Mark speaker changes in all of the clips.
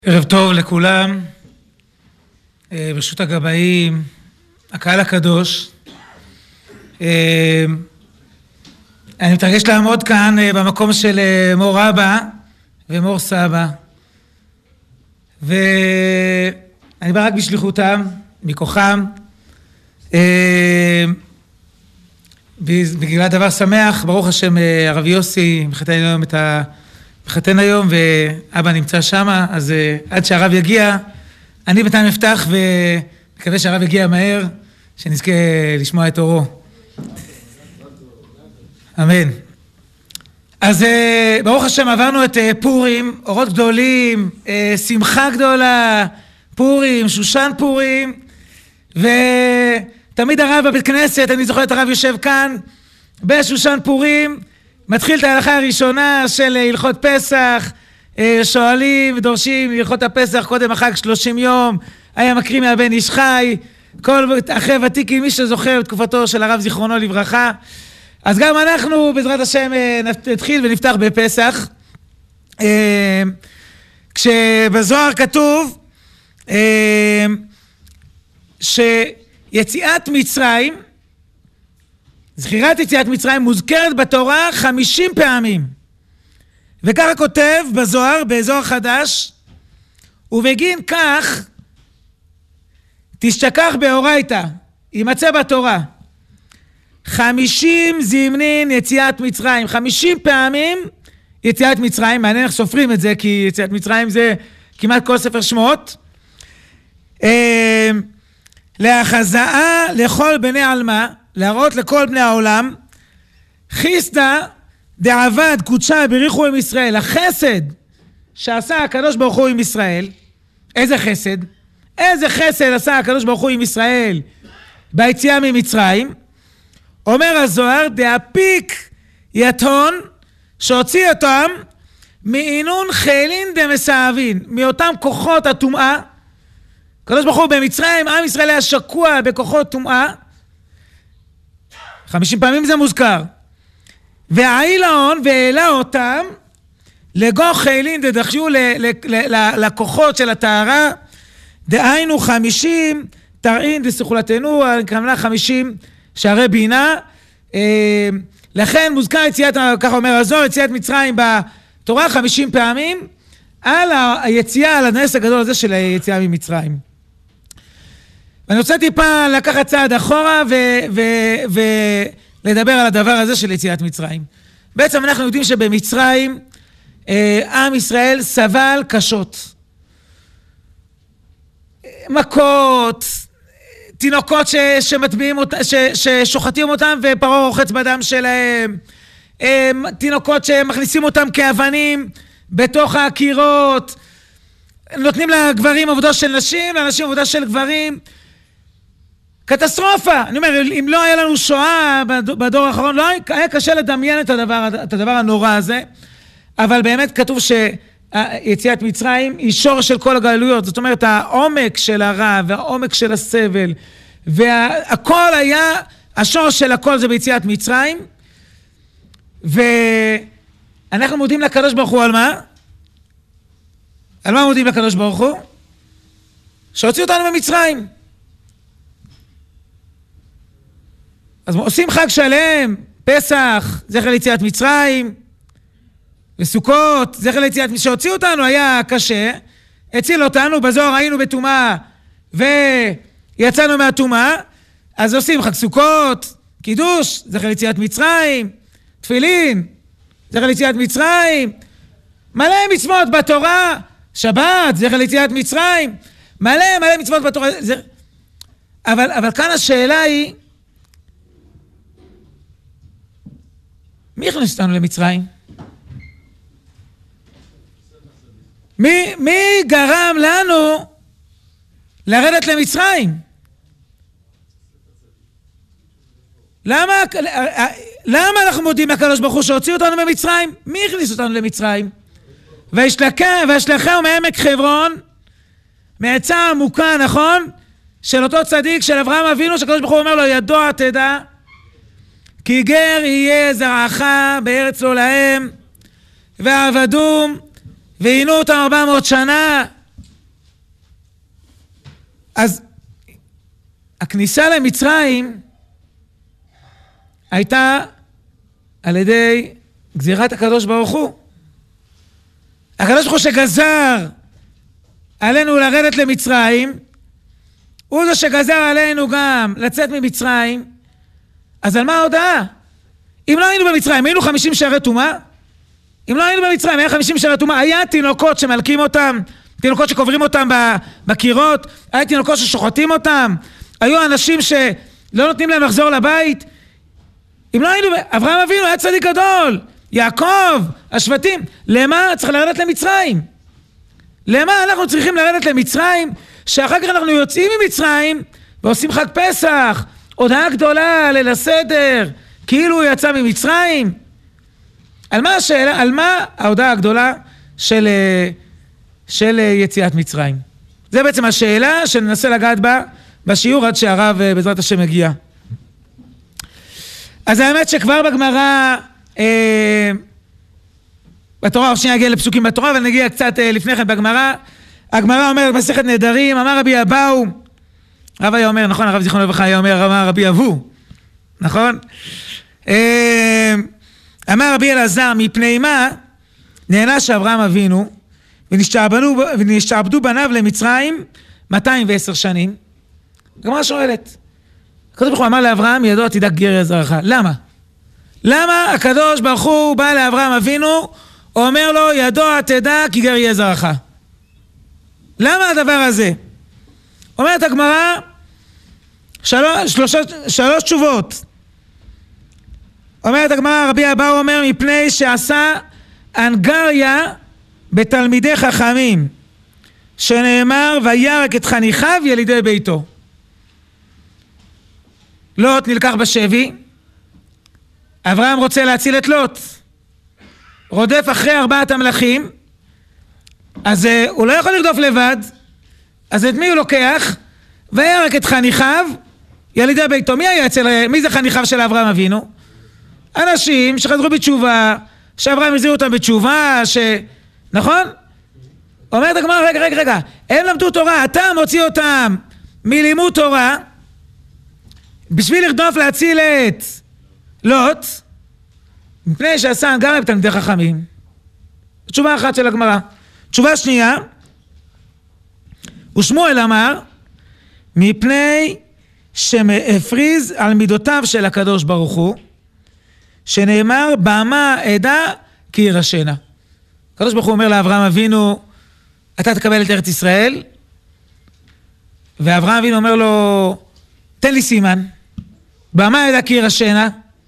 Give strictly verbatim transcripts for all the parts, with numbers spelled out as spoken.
Speaker 1: ערב טוב לכולם, ברשות הגבאים, הקהל הקדוש. אני מתרגש לעמוד כאן במקום של מור אבא ומור סבא, ואני בא רק בשליחותם, מכוחם, בגלל דבר שמח. ברוך השם, הרב יוסי מחתן היום את ה... מחתן היום, ואבא נמצא שם, אז עד שהרב יגיע, אני בינתיים אפתח, ומקווה שהרב יגיע מהר, שנזכה לשמוע את אורו. אמן. אז ברוך השם, עברנו את פורים, אורות גדולים, שמחה גדולה, פורים, שושן פורים, ותמיד הרב בבית כנסת, אני זוכר את הרב יושב כאן, בשושן פורים, מתחיל את ההלכה הראשונה של הלכות פסח, שואלים ודורשים הלכות הפסח קודם החג שלושים יום, היה מקריא מהבן איש חי, כל אחרי ותיקים, מי שזוכר בתקופתו של הרב זיכרונו לברכה. אז גם אנחנו בעזרת השם נתחיל ונפתח בפסח, כשבזוהר כתוב שיציאת מצרים, זכירת יציאת מצרים מוזכרת בתורה חמישים פעמים, וככה כותב בזוהר, בזוהר חדש, ובגין כך תשתכח באורייתא, יימצא בתורה, חמישים זימנין יציאת מצרים, חמישים פעמים יציאת מצרים. מעניין איך סופרים את זה, כי יציאת מצרים זה כמעט כל ספר שמות. להחזאה לכל בני עלמא, להראות לכל בני העולם, חיסדא דעבד קודשה בריחו עם ישראל, החסד שעשה הקדוש ברוך הוא עם ישראל. איזה חסד? איזה חסד עשה הקדוש ברוך הוא עם ישראל ביציאה ממצרים? אומר הזוהר, דאפיק יתון, שהוציא אותם מעינון חילין דמסאבין, מאותם כוחות הטומאה. הקדוש ברוך הוא במצרים, עם ישראל היה שקוע בכוחות טומאה, חמישים פעמים זה מוזכר. והעילאון והעלה אותם לגו חילין דדחיו לכוחות של הטהרה, דהיינו חמישים תרעין דסכולתנו, הכוונה חמישים שערי בינה. לכן מוזכר יציאת, ככה אומר הזוהר, יציאת מצרים בתורה חמישים פעמים, על היציאה, על הנס הגדול הזה של היציאה ממצרים. ואני רוצה טיפה לקחת צעד אחורה ולדבר על הדבר הזה של יציאת מצרים. בעצם אנחנו יודעים שבמצרים עם ישראל סבל קשות, מכות, תינוקות ש, שמטביעים אותם, ש, ששוחטים אותם ופרעה רוחץ בדם שלהם, תינוקות שמכניסים אותם כאבנים בתוך הקירות, נותנים לגברים עבודה של נשים, לאנשים עבודה של גברים. קטסטרופה. אני אומר, אם לא היה לנו שואה בדור האחרון, לא היה קשה לדמיין את הדבר, את הדבר הנורא הזה, אבל באמת כתוב שיציאת מצרים היא שורש של כל הגלויות. זאת אומרת, העומק של הרע והעומק של הסבל, והכל היה, השורש של הכל זה ביציאת מצרים. ואנחנו מודים לקדוש ברוך הוא על מה? על מה מודים לקדוש ברוך הוא? שהוציא אותנו ממצרים. אז עושים חג שלם, פסח, זכר ליציאת מצרים, וסוכות, זכר ליציאת מצרים, שהוציא אותנו היה קשה, הציל אותנו, בזוהר היינו בטומאה, ויצאנו מהטומאה, אז עושים חג סוכות, קידוש, זכר ליציאת מצרים, תפילין, זכר ליציאת מצרים, מלא מצוות בתורה, שבת, זכר ליציאת מצרים, מלא מלא מצוות בתורה, זה... אבל, אבל כאן השאלה היא, מי הכניס אותנו למצרים? מי, מי גרם לנו לרדת למצרים? למה, למה אנחנו מודים לקדוש ברוך הוא שהוציא אותנו ממצרים? מי הכניס אותנו למצרים? והשלכהו מעמק חברון, מעצה עמוקה, נכון? של אותו צדיק, של אברהם אבינו, שהקדוש ברוך הוא אומר לו, ידוע תדע, כי גר יהיה זרעך בארץ לא להם, ועבדום, ועינו אותם ארבע מאות שנה, אז הכניסה למצרים הייתה על ידי גזירת הקדוש ברוך הוא. הקדוש ברוך הוא שגזר עלינו לרדת למצרים, הוא זה שגזר עלינו גם לצאת ממצרים. אז על מה ההודעה? אם לא היינו במצרים, היינו חמישים שערי טומאה? אם לא היינו במצרים, היה חמישים שערי טומאה, היה תינוקות שמלקים אותם, תינוקות שקוברים אותם בקירות, היה תינוקות ששוחטים אותם, היו אנשים שלא נותנים להם לחזור לבית. אם לא היינו, אברהם אבינו היה צדיק גדול, יעקב, השבטים, למה צריך לרדת למצרים? למה אנחנו צריכים לרדת למצרים, שאחר כך אנחנו יוצאים ממצרים ועושים חג פסח, הודעה גדולה, ליל הסדר, כאילו הוא יצא ממצרים? על מה השאלה, על מה ההודעה הגדולה של, של יציאת מצרים? זה בעצם השאלה שננסה לגעת בה בשיעור עד שהרב בעזרת השם מגיע. אז האמת שכבר בגמרא, אה, בתורה, עוד שנייה נגיע לפסוקים בתורה, אבל נגיע קצת אה, לפני כן בגמרא. הגמרא אומרת מסכת נדרים, אמר רבי אבאו, רב היה אומר, נכון, הרב זיכרונו לברכה היה אומר, אמר רבי אבו, נכון? אה, אמר רבי אלעזר, מפני מה נענש אברהם אבינו ונשתעבדו בניו למצרים מאתיים ועשר שנים? הגמרא שואלת, הקדוש ברוך הוא אמר לאברהם, ידוע תדע גר יהיה זרעך. למה? למה הקדוש ברוך הוא בא לאברהם אבינו, אומר לו, ידוע תדע כי גר יהיה זרעך? למה הדבר הזה? אומרת הגמרא, שלוש, שלוש, שלוש תשובות. אומרת הגמרא, רבי אבאו אומר, מפני שעשה אנגריה בתלמידי חכמים, שנאמר, וירק את חניכיו ילידי ביתו. לוט נלקח בשבי, אברהם רוצה להציל את לוט, רודף אחרי ארבעת המלכים, אז הוא לא יכול לרדוף לבד, אז את מי הוא לוקח? וירק את חניכיו ילידי ביתו. מי היה אצל, מי זה חניכיו של אברהם אבינו? אנשים שחזרו בתשובה, שאברהם החזיר אותם בתשובה, ש... נכון? אומרת הגמרא, רגע, רגע, רגע, הם למדו תורה, אתה מוציא אותם מלימוד תורה, בשביל לרדוף להציל את לוט, מפני שעשה אנגריה בתלמידי חכמים. תשובה אחת של הגמרא. תשובה שנייה, ושמואל אמר, מפני שמפריז על מידותיו של הקדוש ברוך הוא, שנאמר, במה עדה כי ירשנה. הקדוש ברוך הוא אומר לאברהם אבינו, אתה תקבל את ארץ ישראל, ואברהם אבינו אומר לו, תן לי סימן. במה עדה כי ירשנה?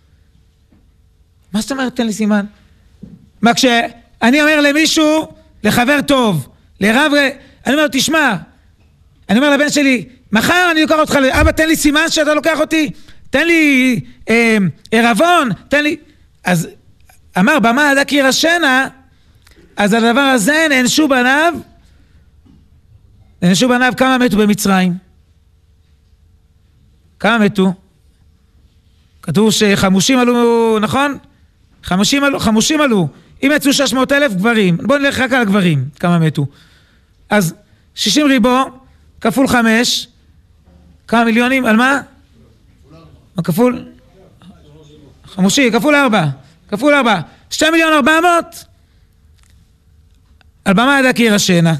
Speaker 1: מה זאת אומרת תן לי סימן? מה, כשאני אומר למישהו, לחבר טוב, לרב, אני אומר, תשמע, אני אומר לבן שלי, מחר אני לוקח אותך, אבא תן לי סימן שאתה לוקח אותי, תן לי אה, ערבון, תן לי... אז אמר, במה עדה כי ירשנה, אז הדבר הזה נענשו בניו, נענשו בניו כמה מתו במצרים? כמה מתו? כתוב שחמושים עלו, נכון? חמושים עלו, חמושים עלו. אם יצאו שש מאות אלף גברים, בואו נלך רק על הגברים, כמה מתו. אז שישים ריבו, כפול חמש, כמה מיליונים, על מה? מה כפול? חמושי, כפול ארבע, כפול ארבע, שתי מיליון ארבע מאות. על במה עדה כי ירשנה.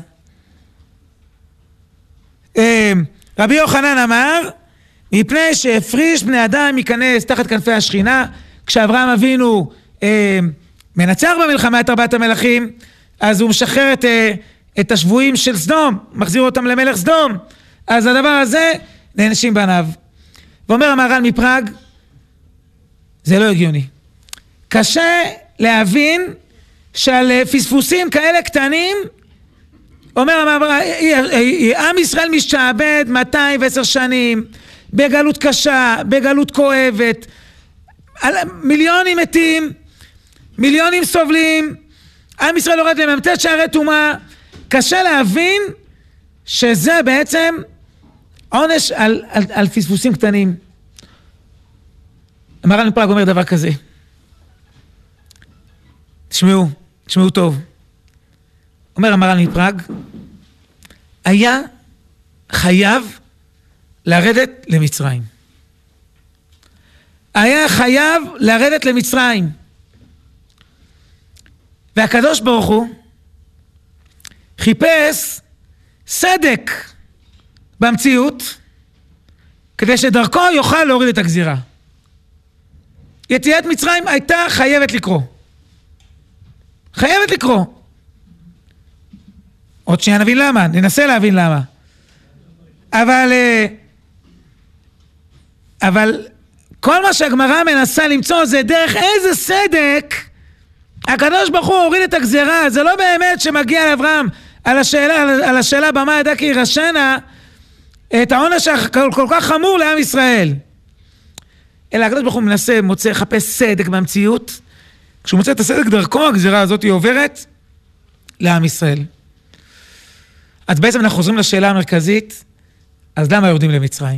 Speaker 1: רבי יוחנן אמר, מפני שהפריש בני אדם ייכנס תחת כנפי השכינה, כשאברהם אבינו אה, מנצח במלחמה את ארבעת המלכים, אז הוא משחרר את, אה, את השבויים של סדום, מחזיר אותם למלך סדום, אז הדבר הזה נענשים בניו. ואומר המהר"ל מפראג, זה לא הגיוני. קשה להבין שעל פספוסים כאלה קטנים, אומר עם ישראל משתעבד מאתיים ועשר שנים, בגלות קשה, בגלות כואבת, מיליונים מתים, מיליונים סובלים, עם ישראל יורד למ"ט שערי טומאה. קשה להבין שזה בעצם עונש על, על, על פספוסים קטנים. המהר"ל מפראג אומר דבר כזה, תשמעו, תשמעו טוב. אומר המהר"ל מפראג, היה חייב לרדת למצרים. היה חייב לרדת למצרים. והקדוש ברוך הוא חיפש סדק במציאות, כדי שדרכו יוכל להוריד את הגזירה. יציאת מצרים הייתה חייבת לקרוא. חייבת לקרוא. עוד שנייה נבין למה, ננסה להבין למה. אבל, אבל כל מה שהגמרא מנסה למצוא זה דרך איזה סדק הקדוש ברוך הוא הוריד את הגזירה. זה לא באמת שמגיע לאברהם על השאלה, על השאלה במה ידע כי ירשנה את העונש כל, כל כך חמור לעם ישראל. אלא הקדוש ברוך הוא מנסה, מוצא, חפש סדק במציאות. כשהוא מוצא את הסדק דרכו, הגזירה הזאת היא עוברת לעם ישראל. אז בעצם אנחנו חוזרים לשאלה המרכזית, אז למה יורדים למצרים?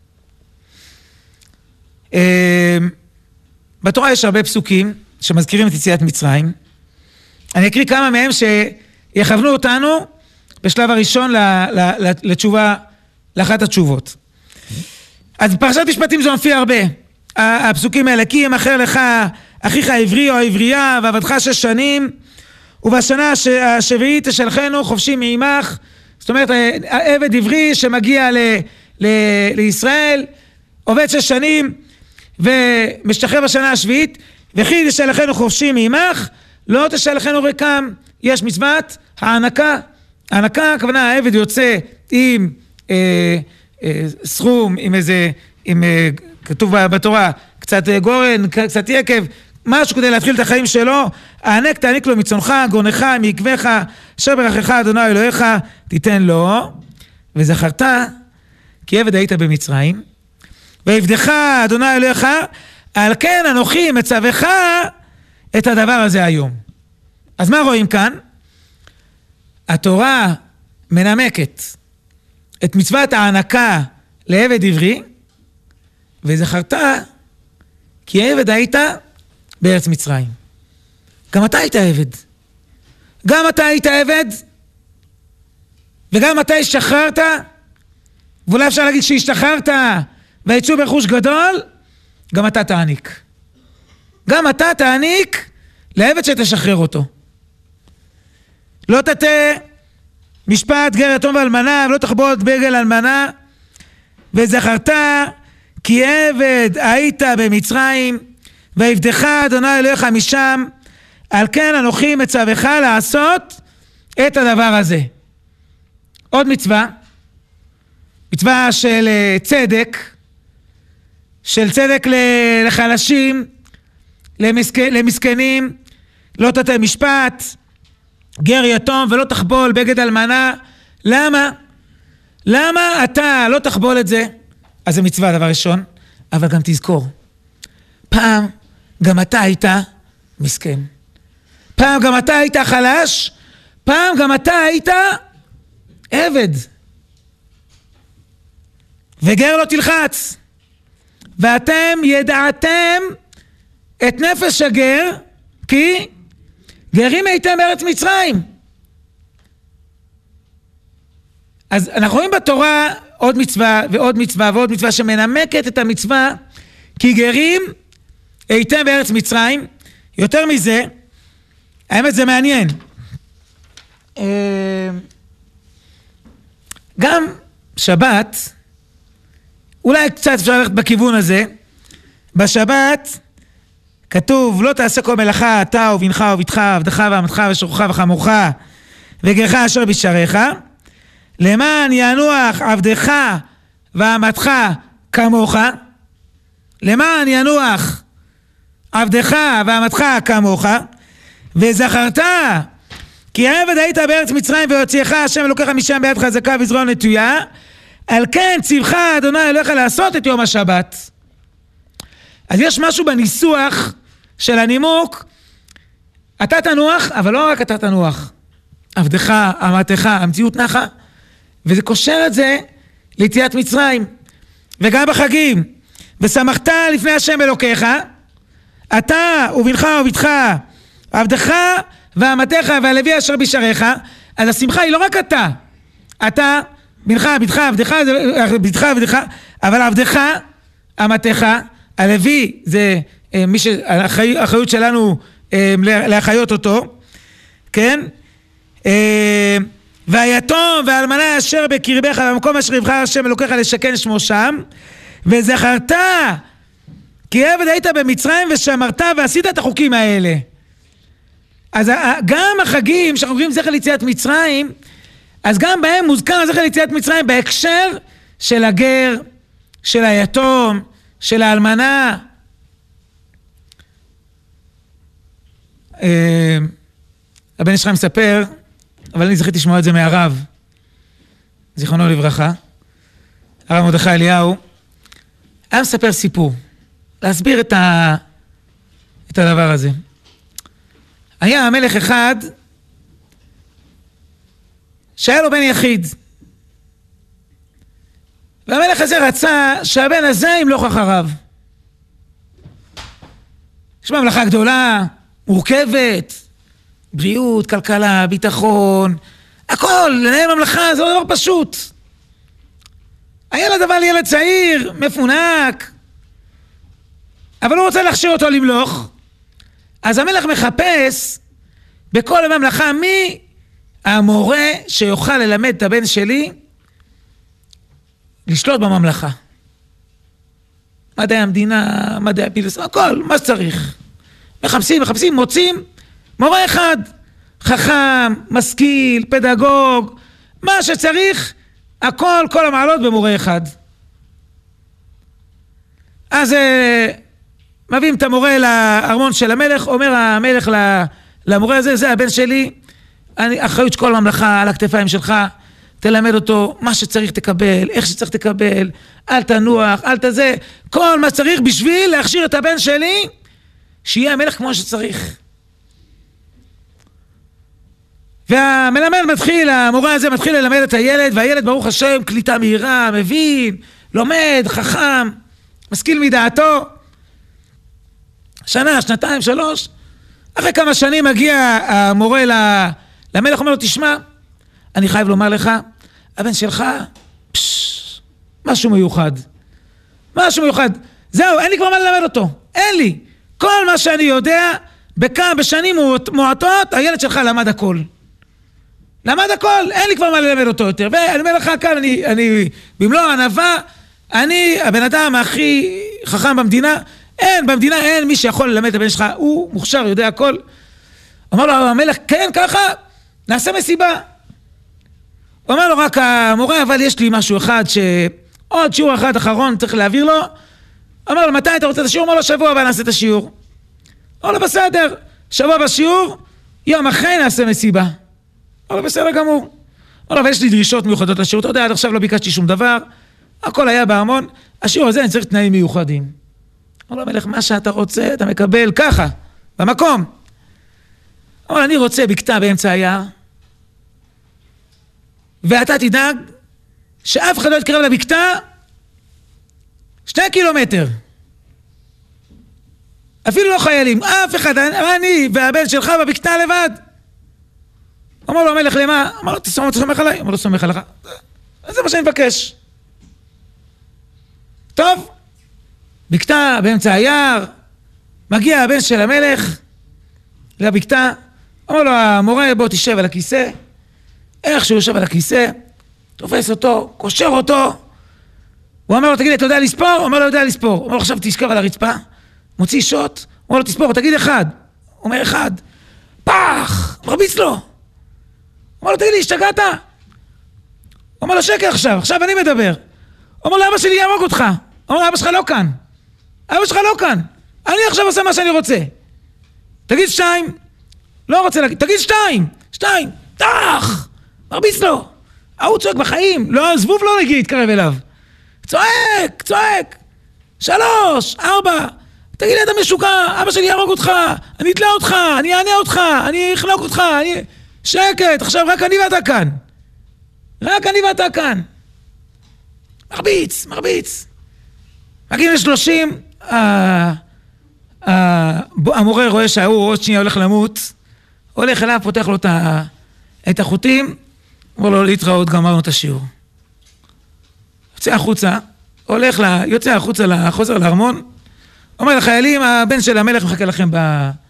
Speaker 1: בתורה יש הרבה פסוקים שמזכירים את יציאת מצרים. אני אקריא כמה מהם שיכוונו אותנו בשלב הראשון לתשובה, לאחת התשובות. אז בפרשת משפטים זה מופיע הרבה. הפסוקים האלה, כי ימכר לך אחיך העברי או העברייה ועבדך שש שנים, ובשנה השביעית תשלחנו חופשי מעמך. זאת אומרת, עבד עברי שמגיע ל, ל, לישראל, עובד שש שנים ומשתחרר בשנה השביעית, וכי תשלחנו חופשי מעמך, לא תשלחנו ריקם. יש מצוות הענקה. הענקה, הכוונה, העבד יוצא עם אה, אה, סכום, עם איזה, עם, אה, כתוב בתורה, קצת גורן, קצת יקב, משהו כדי להתחיל את החיים שלו. הענק תעניק לו מצונך, גורנך, מעקבך, אשר ברכך אדוני אלוהיך תיתן לו. וזכרת כי עבד היית במצרים, ועבדך אדוני אלוהיך, על כן אנוכי מצווך את הדבר הזה היום. אז מה רואים כאן? התורה מנמקת את מצוות הענקה לעבד עברי, וזכרת כי עבד היית בארץ מצרים. גם אתה היית עבד. גם אתה היית עבד, וגם אתה השתחררת, ואולי אפשר להגיד שהשתחררת ויצאו ברכוש גדול, גם אתה תעניק. גם אתה תעניק לעבד שתשחרר אותו. לא תטה משפט גר יתום ואלמנה, ולא תחבוט ברגל אלמנה, וזכרת כי עבד היית במצרים, ועבדך אדוני אלוהיך משם, על כן אנוכי מצווך לעשות את הדבר הזה. עוד מצווה, מצווה של צדק, של צדק לחלשים, למסכנים, לא תטה משפט, גר יתום ולא תחבול בגד אלמנה. למה? למה אתה לא תחבול את זה? אז זה מצווה דבר ראשון, אבל גם תזכור, פעם גם אתה היית מסכן, פעם גם אתה היית חלש, פעם גם אתה היית עבד. וגר לא תלחץ, ואתם ידעתם את נפש הגר, כי גרים הייתם בארץ מצרים. אז אנחנו רואים בתורה עוד מצווה ועוד מצווה ועוד מצווה שמנמקת את המצווה, כי גרים הייתם בארץ מצרים. יותר מזה, האמת זה מעניין, גם שבת, אולי קצת אפשר ללכת בכיוון הזה. בשבת כתוב לא תעשה כל מלאכה אתה ובנך וביתך עבדך ואמתך ושוכך וחמורך וגרך אשר בשעריך, למען ינוח עבדך ואמתך כמוך. למען ינוח עבדך ואמתך כמוך. וזכרת כי עבד היית בארץ מצרים ויוציאך השם אלוקיך משם ביד חזקה וזרוע נטויה, על כן ציווך אדוני אלוהיך לעשות את יום השבת. אז יש משהו בניסוח של הנימוק, אתה תנוח, אבל לא רק אתה תנוח, עבדך, אמתך, המציאות נחה, וזה קושר את זה ליציאת מצרים. וגם בחגים, ושמחת לפני השם אלוקיך, אתה ובנך וביתך, עבדך ואמתך והלוי אשר בשעריך. אז השמחה היא לא רק אתה, אתה בנך, עבדך, עבדך, עבדך, עבדך, אבל עבדך, אמתך, הלוי, זה מי שהאחריות שלנו להחיות אותו, כן? והיתום והאלמנה אשר בקרבך, במקום אשר יבחר השם אלוקיך לשכן שמו שם, וזכרת, כי עבד היית במצרים ושמרת ועשית את החוקים האלה. אז גם החגים שאנחנו קוראים זכר ליציאת מצרים, אז גם בהם מוזכר זכר ליציאת מצרים בהקשר של הגר, של היתום, של האלמנה. הבן שלך מספר, אבל אני זכיתי לשמוע את זה מהרב, זיכרונו לברכה, הרב מרדכי אליהו, היה מספר סיפור, להסביר את, ה... את הדבר הזה. היה המלך אחד, שהיה לו בן יחיד, והמלך הזה רצה שהבן הזה ימלוך אחריו. יש ממלכה גדולה, מורכבת, בריאות, כלכלה, ביטחון, הכל, לנהל ממלכה זה לא דבר פשוט. הילד אבל ילד צעיר, מפונק, אבל הוא רוצה להכשיר אותו למלוך. אז המלך מחפש בכל הממלכה מי המורה שיוכל ללמד את הבן שלי לשלוט בממלכה. מדעי המדינה, מדעי הפילוס, הכל, מה שצריך. מחפשים, מחפשים, מוצאים מורה אחד, חכם, משכיל, פדגוג, מה שצריך, הכל, כל המעלות במורה אחד. אז מביאים את המורה לארמון של המלך, אומר המלך למורה הזה, זה הבן שלי, אני, אחריות שכל הממלכה על הכתפיים שלך, תלמד אותו, מה שצריך תקבל, איך שצריך תקבל, אל תנוח, אל תזה, כל מה שצריך בשביל להכשיר את הבן שלי, שיהיה המלך כמו שצריך. והמלמד מתחיל, המורה הזה מתחיל ללמד את הילד, והילד ברוך השם קליטה מהירה, מבין, לומד, חכם, משכיל מדעתו. שנה, שנתיים, שלוש, אחרי כמה שנים מגיע המורה למלך, אומר לו, תשמע, אני חייב לומר לך, הבן שלך, פש, משהו מיוחד. משהו מיוחד. זהו, אין לי כבר מה ללמד אותו. אין לי. כל מה שאני יודע, בכמה בשנים מועטות, הילד שלך למד הכל. למד הכל, אין לי כבר מה ללמד אותו יותר. ואני אומר לך כאן, אני, אני במלוא הענווה, אני הבן אדם הכי חכם במדינה, אין, במדינה אין מי שיכול ללמד את הבן שלך, הוא מוכשר, יודע הכל. אמר לו המלך, כן, ככה, נעשה מסיבה. הוא אומר לו רק המורה, אבל יש לי משהו אחד שעוד שיעור אחד אחרון צריך להעביר לו. אמר לו, מתי אתה רוצה את השיעור? אמר לו, שבוע הבא נעשה את השיעור. אמר לו, בסדר, שבוע בשיעור, יום אחרי נעשה מסיבה. אמר לו, בסדר גמור. אמר לו, אבל יש לי דרישות מיוחדות לשיעור, אתה יודע, עד עכשיו לא ביקשתי שום דבר, הכל היה בארמון, השיעור הזה אני צריך תנאים מיוחדים. אמר לו, המלך, מה שאתה רוצה, אתה מקבל ככה, במקום. אמר לו, אני רוצה בקתה באמצע היער, ואתה תדאג שאף אחד לא יתקרב לבקתה שני קילומטר. אפילו לא חיילים, אף אחד, אני והבן שלך בבקתה לבד. אמר לו המלך, למה? אמר לו, אתה סומך עליי? אמר לו, סומך עליך. זה מה שאני מבקש. טוב, בקתה באמצע היער, מגיע הבן של המלך לבקתה, אמר לו המורה, בוא תשב על הכיסא. איך שהוא יושב על הכיסא, תופס אותו, קושר אותו. הוא אמר לו, תגיד לי, אתה יודע לספור? הוא אמר לו, יודע לספור. הוא אמר לו, עכשיו תשכב על הרצפה, מוציא שוט, הוא אמר לו, תספור, תגיד אחד. הוא אומר, אחד. פח! מרביץ לו. הוא אמר לו, תגיד לי, השתגעת? הוא אמר לו, שקר עכשיו, עכשיו אני מדבר. הוא אמר לו, אבא שלי יהרוג אותך. הוא אמר לו, אבא שלך לא כאן. אבא שלך לא כאן. אני עכשיו עושה מה שאני רוצה. תגיד שתיים. לא רוצה להגיד, תגיד שתיים. שתיים. טח! מרביץ לו. ההוא צועק בחיים. לא, זבוב לא נגיד, התקרב אליו. צועק, צועק. שלוש, ארבע. תגיד לי, אתה משוגע, אבא שלי יהרוג אותך. אני אתלה אותך, אני אענה אותך, אני אחנוק אותך, אני... שקט, עכשיו רק אני ואתה כאן. רק אני ואתה כאן. מרביץ, מרביץ. מגיעים לשלושים, המורה רואה שההוא עוד שנייה הולך למות, הולך אליו, פותח לו את החוטים, אומר לו להתראות, גמרנו את השיעור. יוצא החוצה, הולך לה, יוצא החוצה, לה, חוזר לארמון, אומר לחיילים, הבן של המלך מחכה לכם ב...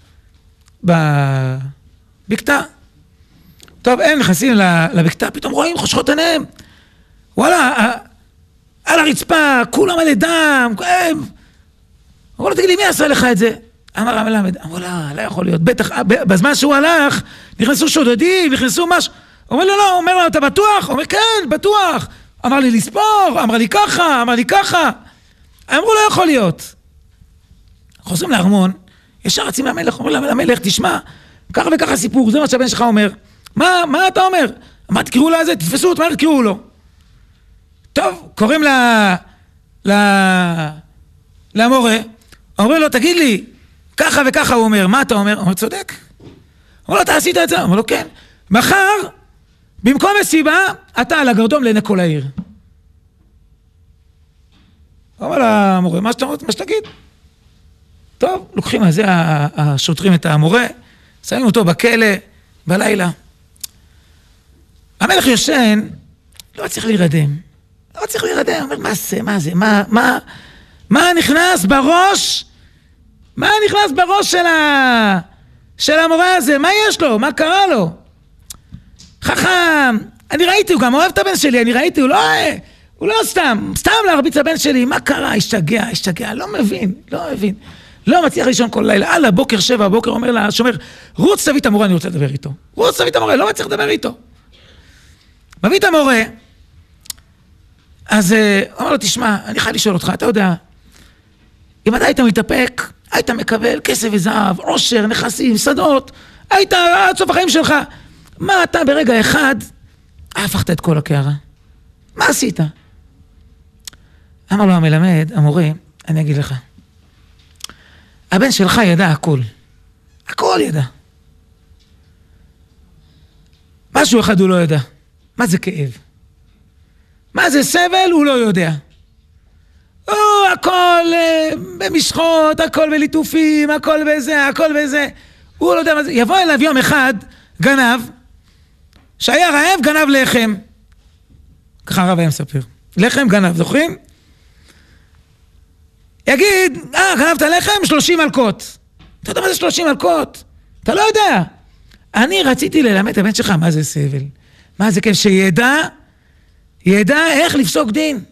Speaker 1: בבקתה. טוב, הם נכנסים לבקתה, פתאום רואים חושכות עיניהם. וואלה, על הרצפה, כולם מלא דם, הם... אמרו לו, תגיד לי, מי עשה לך את זה? אמר המלמד, אמרו לה, לא יכול להיות, בטח, בזמן שהוא הלך, נכנסו שודדים, נכנסו משהו. אומר לו, לא, אומר לו, אתה בטוח? אומר, כן, בטוח. אמר לי לספור, אמר לי ככה, אמר לי ככה. אמרו, לא יכול להיות. חוזרים לארמון, ישר רצים למלך, אומר למלך, תשמע, ככה וככה סיפור, זה מה שהבן שלך אומר. מה, מה אתה אומר? אמר, תקראו לה זה, תתפסו אותו, מה תקראו לו? טוב, קוראים לה, לה, למורה, אומרים לו, תגיד לי, ככה וככה הוא אומר, מה אתה אומר? אומר, צודק. אומר לו, אתה עשית את זה? אומר לו, כן. מחר, במקום מסיבה, אתה על הגרדום לעיני כל העיר. אומר למורה, מה שאתה רוצה, מה שתגיד. טוב, לוקחים על זה השוטרים את המורה, שמים אותו בכלא, בלילה. המלך יושן, לא צריך להירדם. לא צריך להירדם, אומר, מה זה, מה זה, מה, מה, מה נכנס בראש, מה נכנס בראש של ה... של המורה הזה, מה יש לו, מה קרה לו? חכם, אני ראיתי, הוא גם אוהב את הבן שלי, אני ראיתי, הוא לא, הוא לא סתם, סתם להרביץ הבן שלי, מה קרה, השתגע, השתגע, לא מבין, לא מבין. לא מצליח לישון כל לילה, על הבוקר, שבע הבוקר, אומר לה, שומר, רוץ תביא את המורה, אני רוצה לדבר איתו. רוץ תביא את המורה, לא מצליח לדבר איתו. מביא את המורה, אז אומר לו, תשמע, אני חייב לשאול אותך, אתה יודע, אם אתה היית מתאפק, היית מקבל כסף וזהב, עושר, נכסים, שדות, היית עד סוף החיים שלך. מה אתה ברגע אחד, הפכת את כל הקערה? מה עשית? אמר לו המלמד, המורה, אני אגיד לך, הבן שלך ידע הכל. הכל ידע. משהו אחד הוא לא ידע. מה זה כאב? מה זה סבל? הוא לא יודע. או, הכל uh, במשחות, הכל בליטופים, הכל בזה, הכל בזה. הוא לא יודע מה זה. יבוא אליו יום אחד גנב, שהיה רעב גנב לחם. ככה הרב היה מספר. לחם גנב, זוכרים? יגיד, אה, גנבת לחם? שלושים מלכות. אתה יודע מה זה שלושים מלכות? אתה לא יודע. אני רציתי ללמד את הבן שלך מה זה סבל. מה זה כאב? שידע, ידע איך לפסוק דין.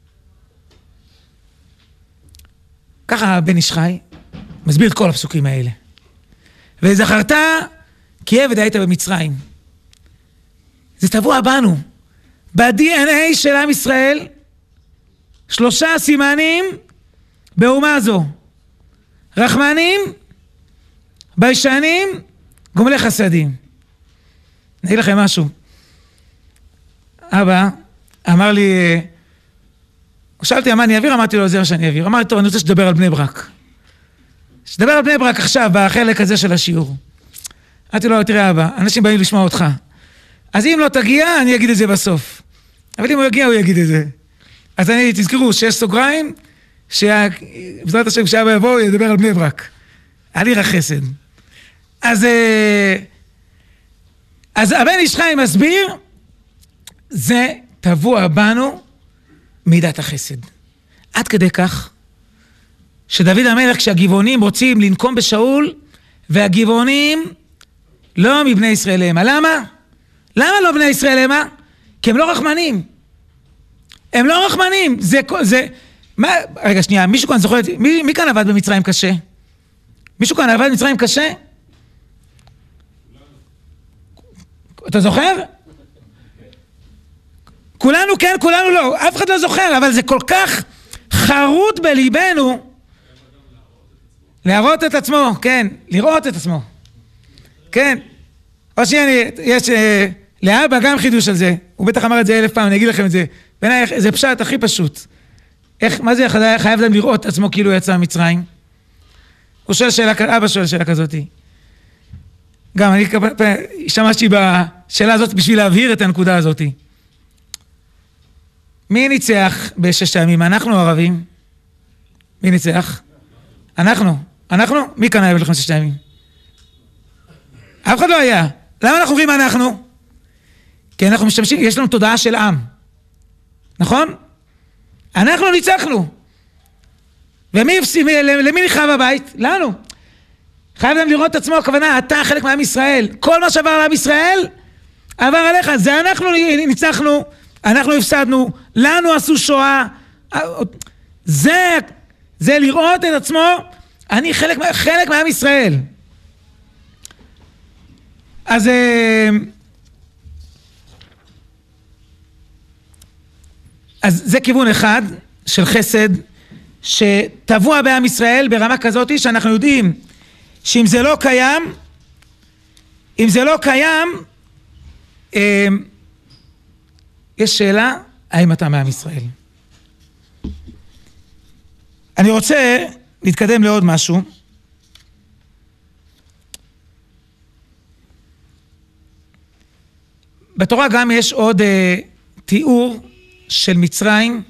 Speaker 1: ככה הבן איש חי, מסביר את כל הפסוקים האלה. וזכרת כי עבד היית במצרים. זה טבוע בנו. ב-די אן איי של עם ישראל, שלושה סימנים באומה זו. רחמנים, ביישנים, גומלי חסדים. אני אגיד לכם משהו. אבא אמר לי, שאלתי מה אני אעביר, אמרתי לו זה מה שאני אעביר. אמרתי, טוב, אני רוצה שתדבר על בני ברק. שתדבר על בני ברק עכשיו, בחלק הזה של השיעור. אמרתי לו, תראה אבא, אנשים באים לשמוע אותך. אז אם לא תגיע, אני אגיד את זה בסוף. אבל אם הוא יגיע, הוא יגיד את זה. אז אני, תזכרו, שיש סוגריים, שבעזרת השם כשאבא יבוא, הוא ידבר על בני ברק. על עיר החסד. אז, אז הבן איש חי מסביר, זה טבוע בנו מידת החסד. עד כדי כך, שדוד המלך, כשהגבעונים רוצים לנקום בשאול, והגבעונים לא מבני ישראל המה. למה? למה לא בני ישראל המה? כי הם לא רחמנים. הם לא רחמנים. זה, זה, מה, רגע, שנייה, מישהו כאן זוכר, מי, מי כאן עבד במצרים קשה? מישהו כאן עבד במצרים קשה? אתה זוכר? כולנו כן, כולנו לא. אף אחד לא זוכר, אבל זה כל כך חרוט בליבנו. להראות את עצמו, כן, לראות את עצמו. כן. או שנייה, יש, לאבא גם חידוש על זה. הוא בטח אמר את זה אלף פעם, אני אגיד לכם את זה. בעיניי, זה פשט הכי פשוט. איך, מה זה חייב להם לראות את עצמו כאילו יצא ממצרים? הוא שואל שאלה, אבא שואל שאלה כזאת. גם אני השתמשתי בשאלה הזאת בשביל להבהיר את הנקודה הזאת. מי ניצח בששת הימים? אנחנו או ערבים? מי ניצח? אנחנו. אנחנו? מי כאן היה בלחם ששת הימים? אף אחד לא היה. למה אנחנו אומרים אנחנו? כי אנחנו משתמשים, יש לנו תודעה של עם. נכון? אנחנו ניצחנו. ומי הפסיד, למי נחרב הבית? לנו. חייב להם לראות את עצמו, הכוונה, אתה חלק מעם ישראל. כל מה שעבר על עם ישראל, עבר עליך. זה אנחנו ניצחנו, אנחנו הפסדנו, לנו עשו שואה. זה, זה לראות את עצמו, אני חלק, חלק מעם ישראל. אז... אז זה כיוון אחד של חסד שטבוע בעם ישראל ברמה כזאת שאנחנו יודעים שאם זה לא קיים, אם זה לא קיים, אה, יש שאלה, האם אתה מעם ישראל? אני רוצה להתקדם לעוד משהו. בתורה גם יש עוד אה, תיאור של מצרים,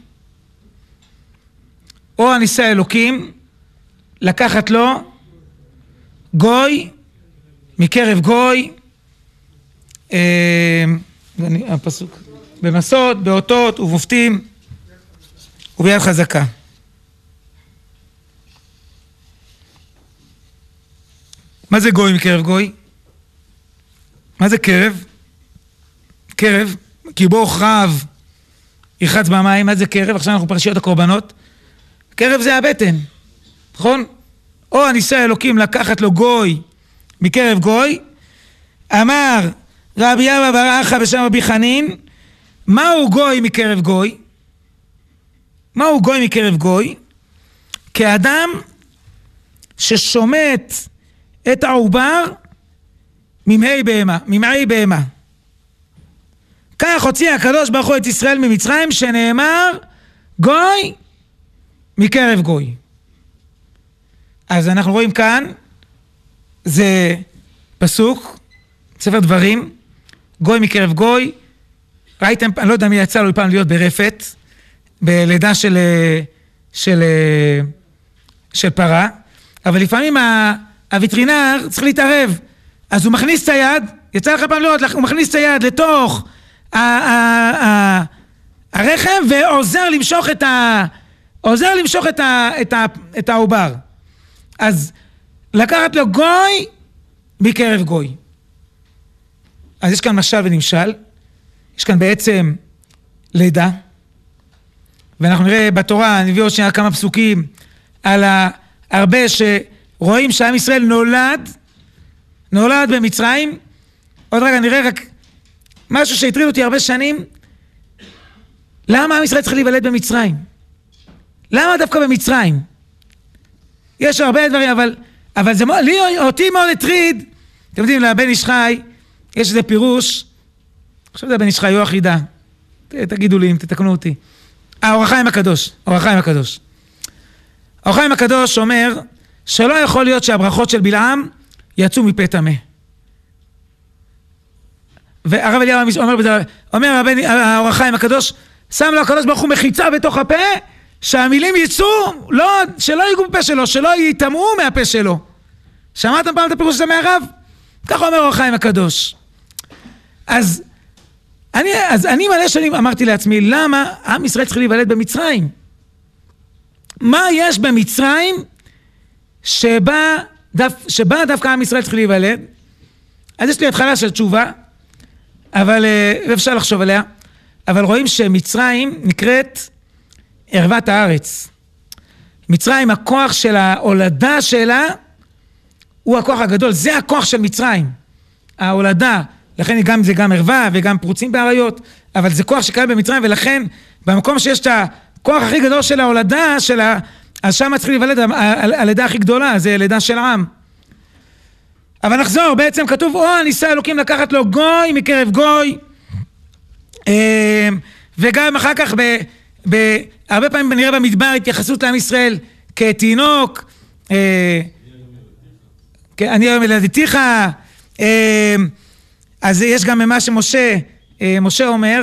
Speaker 1: או הניסה האלוקים, לקחת לו גוי מקרב גוי, אה, הפסוק, במסות, באותות ובמופתים וביד חזקה. מה זה גוי מקרב גוי? מה זה קרב? קרב, כי בו חרב ירחץ במים. מה זה קרב? עכשיו אנחנו פרשיות הקורבנות. קרב זה הבטן, נכון? או הניסה האלוקים לקחת לו גוי מקרב גוי. אמר רבי אבא בר אחא בשם רבי חנין, מהו גוי מקרב גוי? מהו גוי מקרב גוי? כאדם ששומט את העובר ממעי בהמה, ממעי בהמה. כך הוציא הקדוש ברוך הוא את ישראל ממצרים, שנאמר גוי מקרב גוי. אז אנחנו רואים כאן, זה פסוק, ספר דברים, גוי מקרב גוי. ראיתם, אני לא יודע מי יצא לו פעם להיות ברפת, בלידה של, של, של פרה, אבל לפעמים הווטרינר צריך להתערב, אז הוא מכניס את היד, יצא לך פעם לראות, הוא מכניס את היד לתוך הרחם ועוזר למשוך את ה... עוזר למשוך את ה... את ה... את העובר. אז לקחת לו גוי מקרב גוי. אז יש כאן משל ונמשל, יש כאן בעצם לידה, ואנחנו נראה בתורה, נביא עוד שנייה כמה פסוקים על הרבה שרואים שעם ישראל נולד, נולד במצרים. עוד רגע נראה רק משהו שהטריד אותי הרבה שנים. למה עם ישראל צריך להיוולד במצרים? למה דווקא במצרים? יש הרבה דברים, אבל, אבל זה, לי, אותי מאוד הטריד. אתם יודעים, לבן איש חי, יש איזה פירוש, עכשיו זה בן איש חי, הוא אחידה. תגידו לי אם תתקנו אותי. האור החיים הקדוש, האור החיים הקדוש. האור החיים הקדוש אומר, שלא יכול להיות שהברכות של בלעם יצאו מפה טמא. והרב אליהו אומר בזה, אומר הבן, האור החיים הקדוש, שם לו הקדוש ברוך הוא מחיצה בתוך הפה, שהמילים יצאו, לא, שלא ייגעו בפה שלו, שלא יטמעו מהפה שלו. שמעתם פעם את הפירוש הזה מהרב? ככה אומר האור החיים הקדוש. אז אני, אז אני מלא שנים אמרתי לעצמי, למה עם ישראל צריך להיוולד במצרים? מה יש במצרים שבה, דף, שבה דווקא עם ישראל צריך להיוולד? אז יש לי התחלה של תשובה, אבל אפשר לחשוב עליה, אבל רואים שמצרים נקראת ערוות הארץ. מצרים, הכוח של ההולדה שלה, הוא הכוח הגדול, זה הכוח של מצרים, ההולדה. לכן גם, זה גם ערווה וגם פרוצים בעריות, אבל זה כוח שקיים במצרים, ולכן במקום שיש את הכוח הכי גדול של ההולדה שלה, אז שם צריך להיוולד הלידה הכי גדולה, זה לידה של עם. אבל נחזור, בעצם כתוב, או הניסה אלוקים לקחת לו גוי מקרב גוי, וגם אחר כך, ב, ב, הרבה פעמים נראה במדבר התייחסות לעם ישראל כתינוק, אני היום ילדתיך, אז יש גם מה שמשה, משה אומר,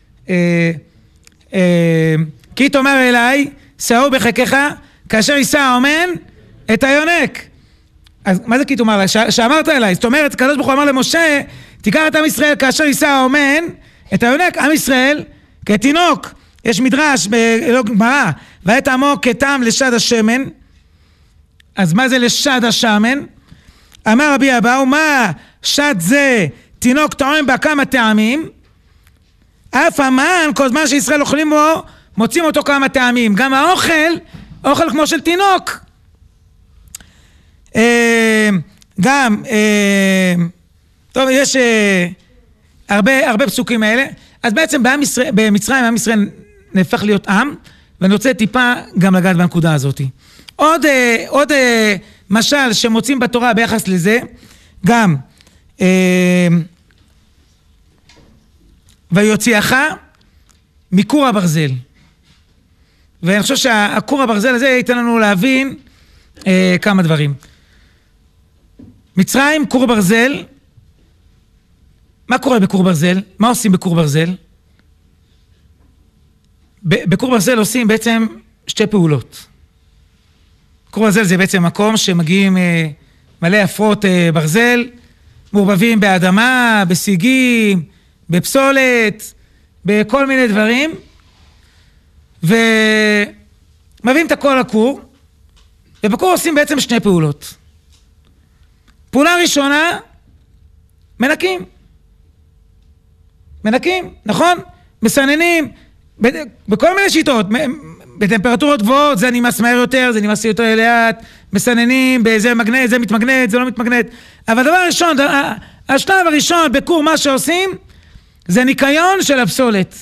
Speaker 1: כי תאמר אליי, שאו בחיקך, כאשר יישא האומן את היונק. אז מה זה כי תאמר אליי? שאמרת אליי, זאת אומרת, הקדוש ברוך הוא אמר למשה, תיקח את עם ישראל כאשר יישא האומן את היונק. עם ישראל כתינוק יש מדרש, לא גמרא, ואת עמוק כתם לשד השמן. אז מה זה לשד השמן? אמר רבי אבאו, מה שד זה תינוק טועם בה כמה טעמים, אף המן, כל זמן שישראל אוכלים בו, מוצאים אותו כמה טעמים. גם האוכל, אוכל כמו של תינוק. אה, גם, אה, טוב, יש אה, הרבה, הרבה פסוקים האלה. אז בעצם בעם ישראל, במצרים, עם ישראל נהפך להיות עם, ואני רוצה טיפה גם לגעת בנקודה הזאת. עוד, אה, עוד אה, משל שמוצאים בתורה ביחס לזה, גם, אה, ויוציאך מכור הברזל. ואני חושב שהכור הברזל הזה ייתן לנו להבין אה, כמה דברים. מצרים, כור ברזל. מה קורה בכור ברזל? מה עושים בכור ברזל? בכור ברזל עושים בעצם שתי פעולות. כור ברזל זה בעצם מקום שמגיעים אה, מלא עפרות אה, ברזל, מעורבבים באדמה, בסיגים, בפסולת, בכל מיני דברים, ומביאים את הכל לכור, ובכור עושים בעצם שני פעולות. פעולה ראשונה, מנקים. מנקים, נכון? מסננים, בכל מיני שיטות, בטמפרטורות גבוהות, זה נמאס מהר יותר, זה נמאס יותר לאט, מסננים, זה מגנט, זה מתמגנט, זה לא מתמגנט. אבל הדבר הראשון, השלב הראשון בכור, מה שעושים, זה ניקיון של הפסולת.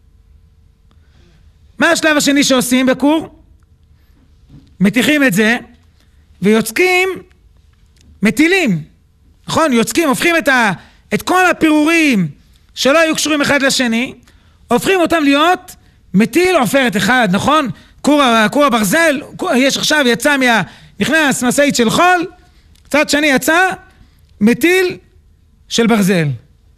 Speaker 1: מה השלב השני שעושים בכור? מתיחים את זה, ויוצקים, מטילים. נכון? יוצקים, הופכים את, ה, את כל הפירורים שלא היו קשורים אחד לשני, הופכים אותם להיות מטיל עופרת אחד, נכון? כור, כור הברזל, יש עכשיו יצא מה... נכנס מסעית של חול, צד שני יצא, מטיל של ברזל.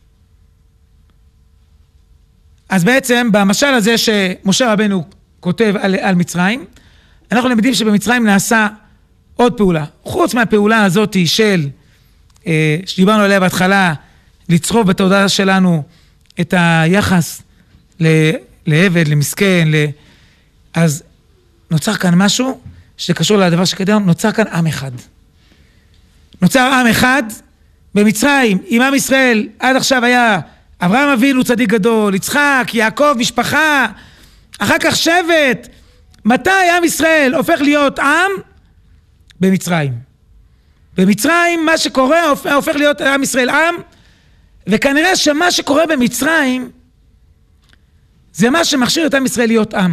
Speaker 1: אז בעצם במשל הזה שמשה רבנו כותב על, על מצרים, אנחנו למדים שבמצרים נעשה עוד פעולה. חוץ מהפעולה הזאת של, אה, שדיברנו עליה בהתחלה, לצרוב בתודעה שלנו את היחס ל, לעבד, למסכן, ל... אז נוצר כאן משהו שקשור לדבר שקדם, נוצר כאן עם אחד. נוצר עם אחד במצרים, עם עם ישראל, עד עכשיו היה אברהם אבינו צדיק גדול, יצחק, יעקב, משפחה, אחר כך שבט. מתי עם ישראל הופך להיות עם? במצרים. במצרים מה שקורה הופך להיות עם ישראל עם, וכנראה שמה שקורה במצרים זה מה שמכשיר את עם ישראל להיות עם.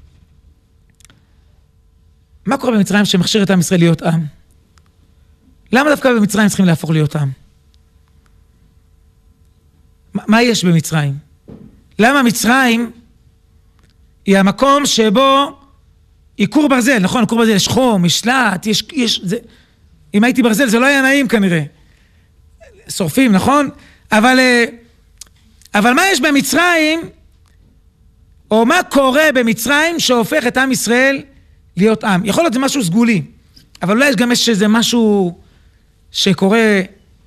Speaker 1: מה קורה במצרים שמכשיר את עם ישראל להיות עם? למה דווקא במצרים צריכים להפוך להיות עם? מה יש במצרים? למה מצרים היא המקום שבו היא כור ברזל, נכון? כור ברזל יש חום, יש שלט, יש, יש, זה, אם הייתי ברזל זה לא היה נעים כנראה. שורפים, נכון? אבל, אבל מה יש במצרים, או מה קורה במצרים שהופך את עם ישראל להיות עם? יכול להיות זה משהו סגולי, אבל אולי יש גם יש איזה משהו שקורה.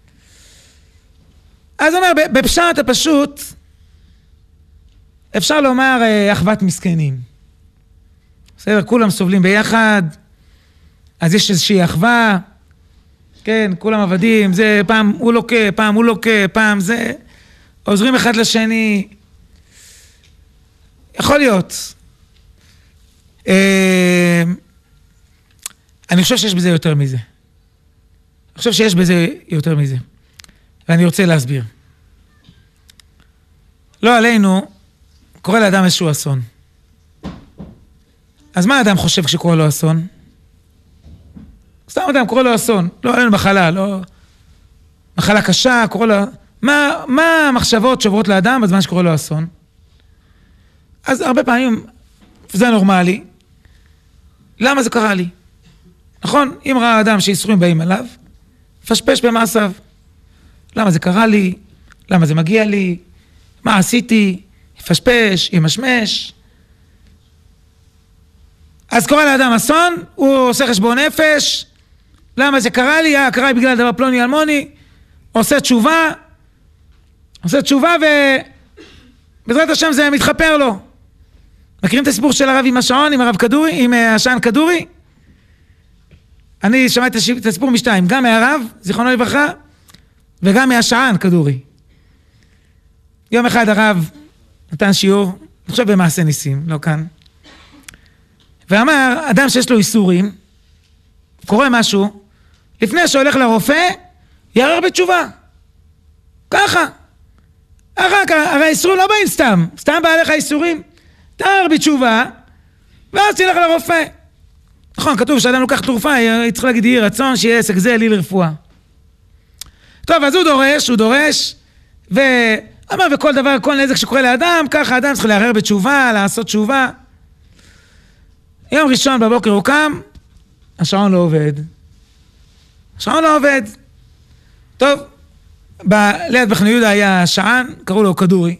Speaker 1: אז אומר, בפשט הפשוט, אפשר לומר אחוות מסכנים. בסדר, כולם סובלים ביחד, אז יש איזושהי אחווה, כן, כולם עבדים, זה פעם הוא לוקה, פעם הוא לוקה, פעם זה, עוזרים אחד לשני. יכול להיות. אני חושב שיש בזה יותר מזה. אני חושב שיש בזה יותר מזה. ואני רוצה להסביר. לא עלינו, קורה לאדם איזשהו אסון. אז מה האדם חושב כשקורה לו אסון? סתם אדם קורה לו אסון, לא עלינו מחלה, לא... מחלה קשה, קורה לו... מה, מה המחשבות שעוברות לאדם בזמן שקורה לו אסון? אז הרבה פעמים זה נורמלי. למה זה קרה לי? נכון? אם ראה אדם שיסורים באים עליו, פשפש במעשיו. למה זה קרה לי? למה זה מגיע לי? מה עשיתי? יפשפש, ימשמש. אז קורה לאדם אסון, הוא עושה חשבון נפש. למה זה קרה לי? אה, קרה לי בגלל דבר פלוני אלמוני. עושה תשובה. עושה תשובה ובעזרת השם זה מתחפר לו. מכירים את הסיפור של הרב עם השעון, עם הרב כדורי, עם השען כדורי? אני שמעתי את הסיפור משתיים, גם מהרב, זיכרונו לברכה, וגם מהשען כדורי. יום אחד הרב נתן שיעור, אני חושב במעשה ניסים, לא כאן, ואמר, אדם שיש לו איסורים, קורה משהו, לפני שהולך לרופא, יערער בתשובה. ככה. אחר כך, הרי האיסורים לא באים סתם, סתם בא עליך איסורים, תערער בתשובה, ואז תלך לרופא. נכון, כתוב שאדם לוקח תרופה, צריך להגיד, יהי רצון שיהיה עסק זה לי לרפואה. טוב, אז הוא דורש, הוא דורש, ואמר וכל דבר, כל נזק שקורה לאדם, ככה אדם צריך לערער בתשובה, לעשות תשובה. יום ראשון בבוקר הוא קם, השעון לא עובד. השעון לא עובד. טוב, ב- ליד בחנו יהודה היה שען, קראו לו כדורי.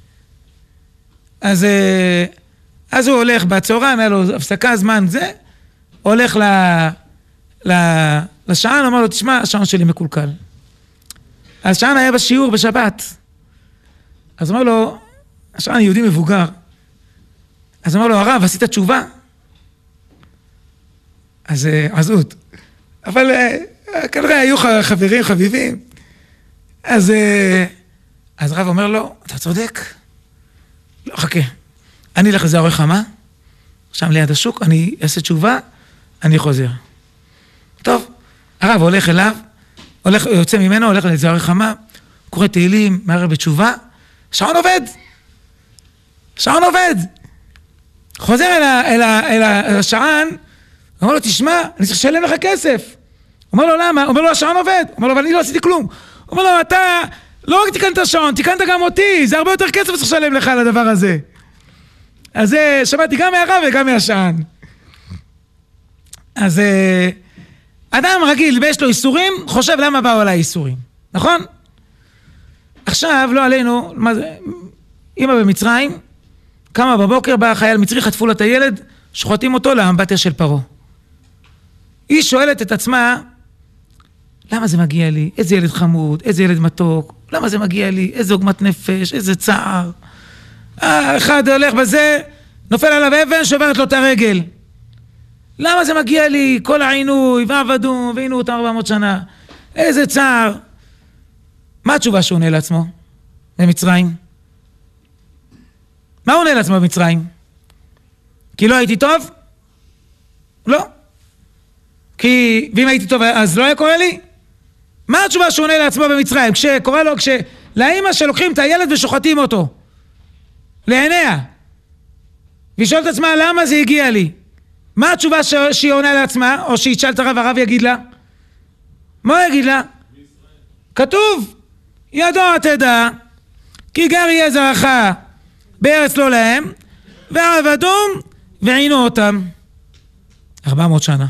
Speaker 1: אז, אז הוא הולך בצהריים, היה לו הפסקה זמן זה, הולך ל, ל, לשען, אומר לו, תשמע, השעון שלי מקולקל. השען היה בשיעור בשבת. אז אומר לו, השען יהודי מבוגר. אז אומר לו, הרב, עשית תשובה? אז עזות. אבל כנראה היו חברים, חביבים. אז, אז הרב אומר לו, אתה צודק? לא, חכה. אני אלך לזוהרי חמה, שם ליד השוק, אני אעשה תשובה, אני חוזר. טוב, הרב הולך אליו, הולך, יוצא ממנו, הולך לזוהרי חמה, קורא תהילים, מערער בתשובה, שעון עובד! שעון עובד! חוזר אל, ה, אל, ה, אל, ה, אל השען, אומר לו, תשמע, אני צריך לשלם לך כסף. אומר לו, למה? אומר לו, השעון עובד. אומר לו, אבל אני לא עשיתי כלום. אומר לו, אתה לא רק תיקנת השעון, תיקנת גם אותי, זה הרבה יותר כסף צריך לשלם לך על הדבר הזה. אז שמעתי גם מהרב וגם מהשען. אז אדם רגיל ויש לו איסורים, חושב למה באו עליי איסורים, נכון? עכשיו, לא עלינו, מה זה? אמא במצרים, קמה בבוקר, בא חייל מצרי, חטפו לה את הילד, שוחטים אותו לאמבטיה של פרו. היא שואלת את עצמה, למה זה מגיע לי? איזה ילד חמוד, איזה ילד מתוק, למה זה מגיע לי? איזה עוגמת נפש, איזה צער. אחד הולך בזה, נופל עליו אבן, שוברת לו את הרגל. למה זה מגיע לי? כל העינוי, ועבדו, ועינו אותם ארבע מאות שנה. איזה צער. מה התשובה שהוא עונה לעצמו? במצרים? מה הוא עונה לעצמו במצרים? כי לא הייתי טוב? לא. כי, ואם הייתי טוב, אז לא היה קורה לי? מה התשובה שהוא עונה לעצמו במצרים? כשקורא לו, כשלאמא שלוקחים את הילד ושוחטים אותו. לעיניה. והיא שואלת את עצמה, למה זה הגיע לי? מה התשובה ש... שהיא עונה לעצמה? או שהיא תשאל את הרב, הרב יגיד לה? מה הוא יגיד לה? כתוב, ידוע תדע, כי גר יהיה זרעך בארץ לא להם, ועבדום ועינו אותם. ארבע מאות שנה.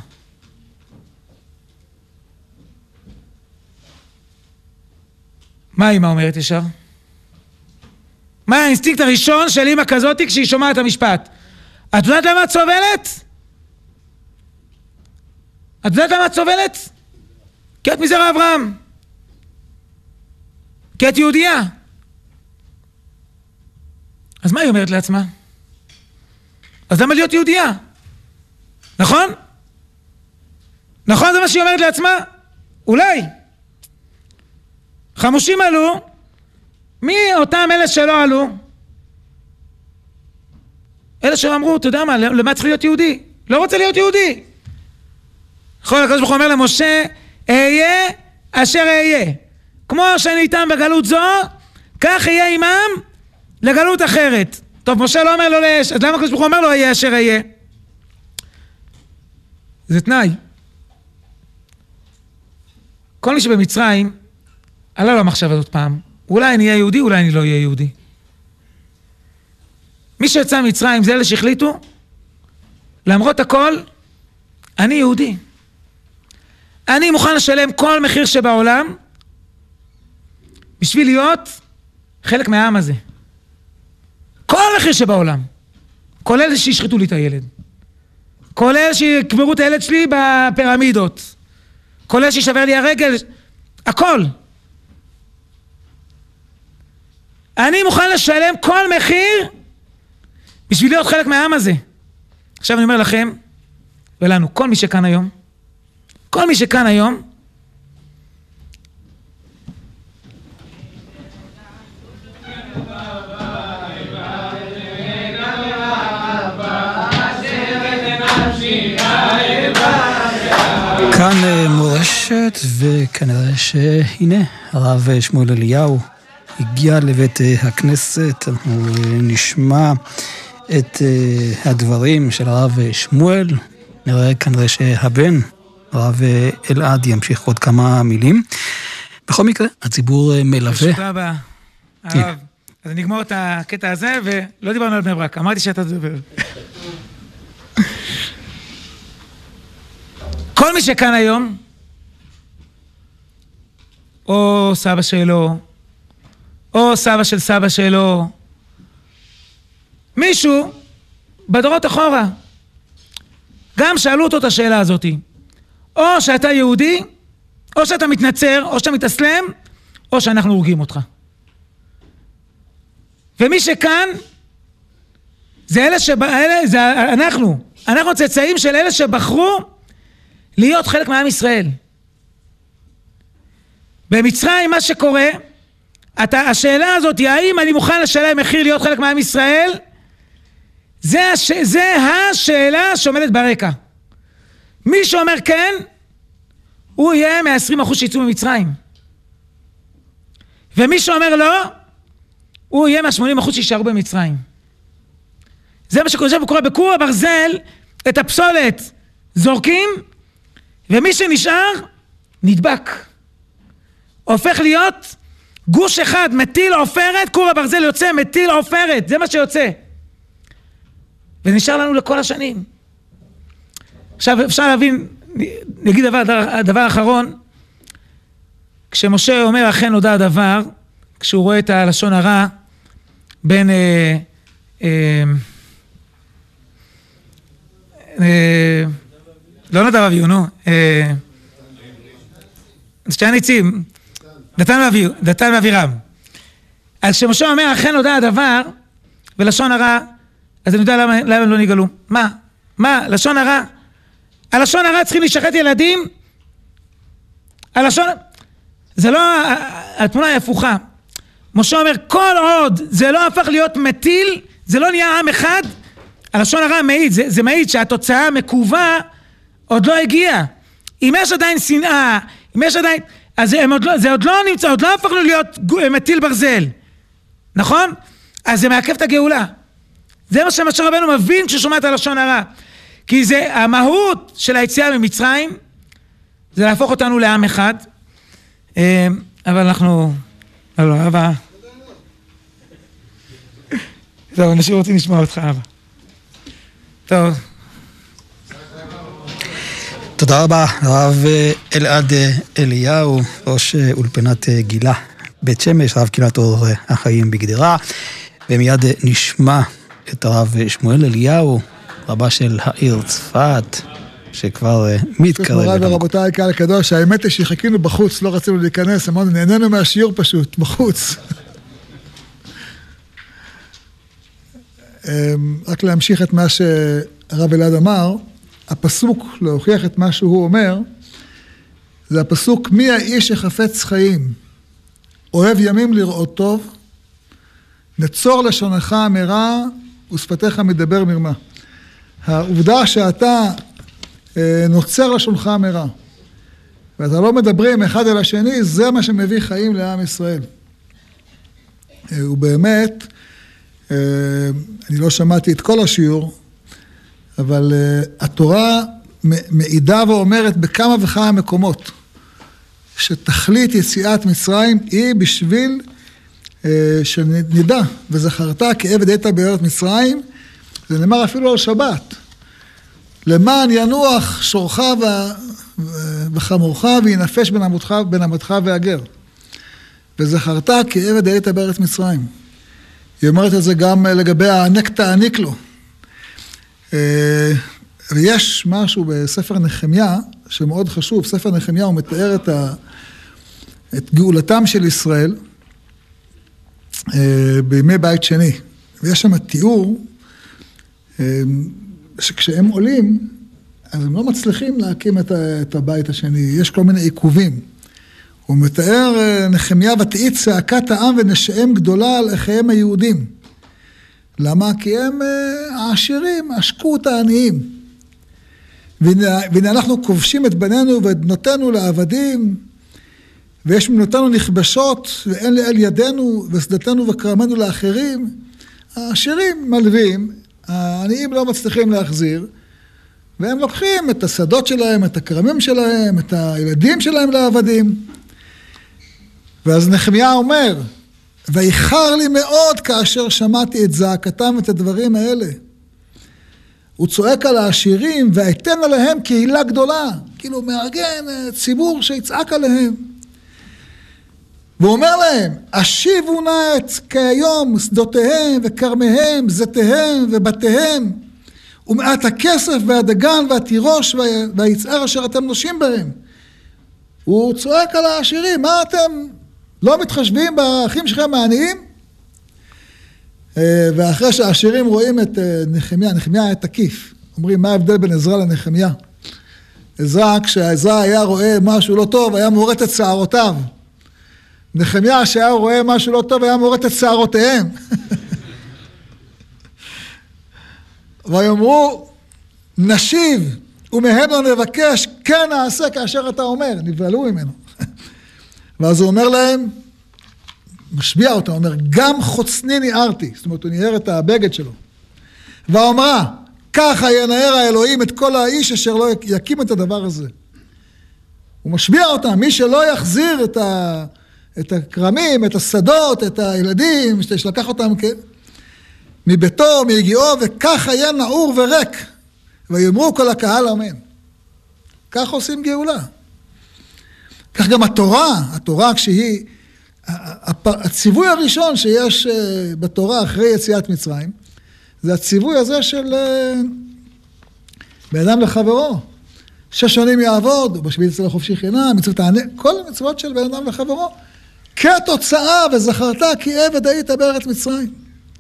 Speaker 1: מה אמא אומרת ישר? מה האינסטינקט הראשון של אמא כזאת כשהיא שומעת את המשפט? את יודעת למה את סובלת? את יודעת למה את סובלת? כי את מזרע אברהם. כי את יהודייה. אז מה היא אומרת לעצמה? אז למה להיות יהודייה? נכון? נכון זה מה שהיא אומרת לעצמה? אולי. חמושים עלו, מי אותם אלה שלא עלו? אלה שאמרו, אתה יודע מה, למה צריך להיות יהודי? לא רוצה להיות יהודי. נכון, הקדוש ברוך הוא אומר למשה, אהיה אשר אהיה. כמו שאני איתם בגלות זו, כך אהיה עמם לגלות אחרת. טוב, משה לא אומר לו לאש, אז למה הקדוש ברוך הוא אומר לו, אהיה אשר אהיה? זה תנאי. כל מי שבמצרים, עלה לו המחשב הזאת פעם, אולי אני אהיה יהודי, אולי אני לא אהיה יהודי. מי שיצא ממצרים זה אלה שהחליטו, למרות הכל, אני יהודי. אני מוכן לשלם כל מחיר שבעולם, בשביל להיות חלק מהעם הזה. כל מחיר שבעולם. כולל שישחטו לי את הילד. כולל שיקברו את הילד שלי בפירמידות. כולל שישבר לי הרגל. הכל. אני מוכן לשלם כל מחיר בשביל להיות חלק מהעם הזה. עכשיו אני אומר לכם, ולנו, כל מי שכאן היום, כל מי שכאן היום,
Speaker 2: כאן מורשת, וכנראה שהנה הרב שמואל אליהו הגיע לבית הכנסת. אנחנו נשמע את הדברים של הרב שמואל, נראה כנראה שהבן הרב אלעד ימשיך עוד כמה מילים. בכל מקרה הציבור מלווה.
Speaker 1: תודה רבה הרב. אז נגמור את הקטע הזה, ולא דיברנו על בני ברק, אמרתי שאתה תדבר. כל מי שכאן היום, או סבא שלו, או סבא של סבא שלו, מישהו בדורות אחורה, גם שאלו אותו את השאלה הזאת, או שאתה יהודי, או שאתה מתנצר, או שאתה מתאסלם, או שאנחנו הורגים אותך. ומי שכאן, זה אלה שבא, זה אנחנו, אנחנו צאצאים של אלה שבחרו, להיות חלק מעם ישראל. במצרים מה שקורה, אתה, השאלה הזאת היא האם אני מוכן לשלם מחיר להיות חלק מעם ישראל, זה, הש, זה השאלה שעומדת ברקע. מי שאומר כן, הוא יהיה מה-עשרים אחוז שיצאו ממצרים. ומי שאומר לא, הוא יהיה מה-שמונים אחוז שישארו במצרים. זה מה שקורה בקור הברזל, את הפסולת זורקים, ומי שנשאר, נדבק. הופך להיות גוש אחד, מטיל עופרת, כור הברזל יוצא, מטיל עופרת, זה מה שיוצא. ונשאר לנו לכל השנים. עכשיו אפשר להבין, נגיד דבר, דבר אחרון, כשמשה אומר אכן נודע הדבר, כשהוא רואה את הלשון הרע, בין... אה, אה, אה, לא נדב אביהו, נו. שתי הניצים. דתן ואבירם. אז כשמשה אומר, אכן נודע הדבר, בלשון הרע, אז אני יודע למה, למה הם לא נגלו. מה? מה? לשון הרע? הלשון הרע צריכים להישחט ילדים? הלשון... זה לא... התמונה היא הפוכה. משה אומר, כל עוד זה לא הפך להיות מטיל, זה לא נהיה עם אחד, הלשון הרע מעיד, זה, זה מעיד שהתוצאה המקובה עוד לא הגיעה. אם יש עדיין שנאה, אם יש עדיין... אז עוד לא, זה עוד לא נמצא, עוד לא הפכנו להיות מטיל ברזל. נכון? אז זה מעכב את הגאולה. זה מה שמשה רבנו מבין כששומע את הלשון הרע. כי זה המהות של היציאה ממצרים, זה להפוך אותנו לעם אחד. אבל אנחנו... לא, אבא. טוב, אנשים רוצים לשמוע אותך, אבא. טוב.
Speaker 2: תודה רבה, הרב אלעד אליהו, ראש אולפנת גילה, בית שמש, רב קהילת אור החיים בגדרה, ומיד נשמע את הרב שמואל אליהו, רבה של העיר צפת, שכבר מתקרב.
Speaker 3: מוריי ורבותיי, קהל הקדוש, האמת היא שחיכינו בחוץ, לא רצינו להיכנס, אמרנו, נהנינו מהשיעור פשוט, בחוץ. רק להמשיך את מה שהרב אלעד אמר, הפסוק להוכיח את מה שהוא אומר, זה הפסוק, מי האיש שחפץ חיים, אוהב ימים לראות טוב, נצור לשונך מרע, ושפתיך מדבר מרמה. העובדה שאתה נוצר לשונך מרע, ואתה לא מדברים אחד אל השני, זה מה שמביא חיים לעם ישראל. ובאמת, אני לא שמעתי את כל השיעור, אבל uh, התורה מעידה ואומרת בכמה וכמה מקומות, שתכלית יציאת מצרים היא בשביל uh, שנדע, וזכרת כעבד היית בארץ מצרים, זה נאמר אפילו על שבת, למען ינוח שורך וחמורך, וינפש בין עמותך, בין עמתך והגר. וזכרת כעבד היית בארץ מצרים. היא אומרת את זה גם לגבי הענק תעניק לו. ויש משהו בספר נחמיה שמאוד חשוב. ספר נחמיה הוא מתאר את, ה... את גאולתם של ישראל בימי בית שני. ויש שם תיאור שכשהם עולים, אז הם לא מצליחים להקים את הבית השני, יש כל מיני עיכובים. הוא מתאר נחמיה ותעיט צעקת העם ונשאם גדולה על אחיהם היהודים. למה? כי הם העשירים, עשקו את העניים. והנה, והנה אנחנו כובשים את בנינו ואת בנותינו לעבדים, ויש בנותינו נכבשות, ואין לאל ידינו ושדתנו וכרמנו לאחרים. העשירים מלווים, העניים לא מצליחים להחזיר, והם לוקחים את השדות שלהם, את הכרמים שלהם, את הילדים שלהם לעבדים. ואז נחמיה אומר, ואיחר לי מאוד כאשר שמעתי את זעקתם ואת הדברים האלה. הוא צועק על העשירים, ואתן עליהם קהילה גדולה, כאילו מארגן ציבור שיצעק עליהם. והוא אומר להם, השיבו נא את כהיום שדותיהם וכרמיהם, זיתיהם ובתיהם, ומעט הכסף והדגן והתירוש והיצער אשר אתם נושים בהם. הוא צועק על העשירים, מה אתם לא מתחשבים באחים שלכם העניים? ואחרי שהעשירים רואים את נחמיה, נחמיה היה תקיף. אומרים, מה ההבדל בין עזרא לנחמיה? עזרא, כשעזרא היה רואה משהו לא טוב, היה מורט את שערותיו. נחמיה, שהיה רואה משהו לא טוב, היה מורט את שערותיהם. ויאמרו, נשיב, ומהם לא נבקש, כן נעשה כאשר אתה אומר. נבהלו ממנו. ואז הוא אומר להם, משביע אותם, אומר, גם חוצני ניערתי. זאת אומרת, הוא ניער את הבגד שלו. ואומרה, ככה ינער האלוהים את כל האיש אשר לא יקים את הדבר הזה. הוא משביע אותם, מי שלא יחזיר את, ה, את הכרמים, את השדות, את הילדים, שלקח אותם כ... מביתו, מיגיעו, וככה יהיה נעור וריק. ויאמרו כל הקהל אמן. כך עושים גאולה. כך גם התורה, התורה כשהיא, הציווי הראשון שיש בתורה אחרי יציאת מצרים, זה הציווי הזה של בן אדם לחברו. שש שנים יעבוד, ובשביעית יצא לחופשי חינם, מצוות תענה, כל המצוות של בן אדם לחברו, כתוצאה וזכרת כי עבד היית בארץ מצרים.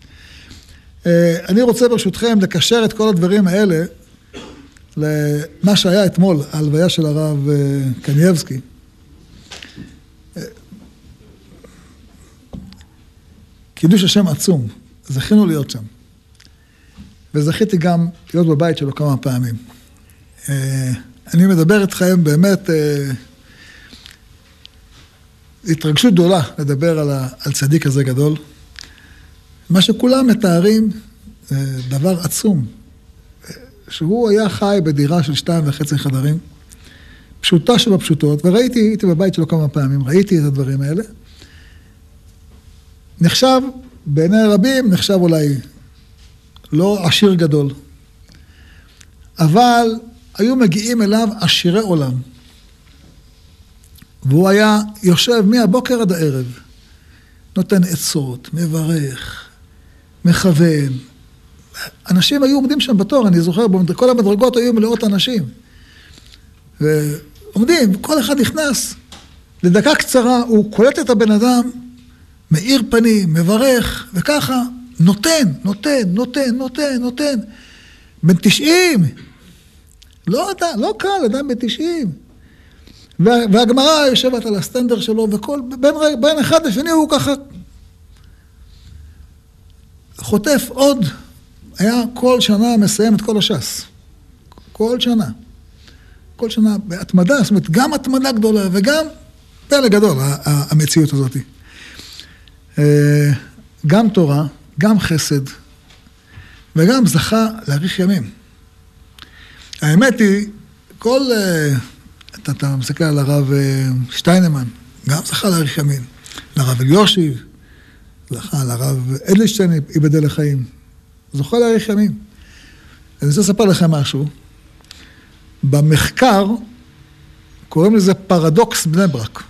Speaker 3: אני רוצה ברשותכם לקשר את כל הדברים האלה למה שהיה אתמול, ההלוויה של הרב קנייבסקי. קידוש השם עצום, זכינו להיות שם. וזכיתי גם להיות בבית שלו כמה פעמים. אני מדבר איתכם באמת, התרגשות גדולה לדבר על, ה, על צדיק הזה גדול. מה שכולם מתארים, דבר עצום. שהוא היה חי בדירה של שתיים וחצי חדרים, פשוטה שבפשוטות, וראיתי, הייתי בבית שלו כמה פעמים, ראיתי את הדברים האלה. נחשב, בעיני רבים, נחשב אולי לא עשיר גדול, אבל היו מגיעים אליו עשירי עולם. והוא היה יושב מהבוקר עד הערב, נותן עצות, מברך, מכוון. אנשים היו עומדים שם בתור, אני זוכר, כל המדרגות היו מלאות אנשים. ועומדים, כל אחד נכנס. לדקה קצרה, הוא קולט את הבן אדם, מאיר פנים, מברך, וככה, נותן, נותן, נותן, נותן, נותן. בן תשעים. לא, לא קל, אדם בן תשעים. והגמרא יושבת על הסטנדר שלו, וכל, בין, בין אחד לפני הוא ככה חוטף עוד. היה כל שנה מסיים את כל הש"ס. כל שנה. כל שנה בהתמדה, זאת אומרת, גם התמדה גדולה וגם פלא גדול, המציאות הזאת. גם תורה, גם חסד, וגם זכה להאריך ימים. האמת היא, כל, אתה, אתה מסתכל על הרב שטיינמן, גם זכה להאריך ימים. לרב אליושיב, זכה לרב אדלשטיין, ייבדל לחיים. זוכה להאריך ימים. אני רוצה לספר לכם משהו. במחקר קוראים לזה פרדוקס בני ברק.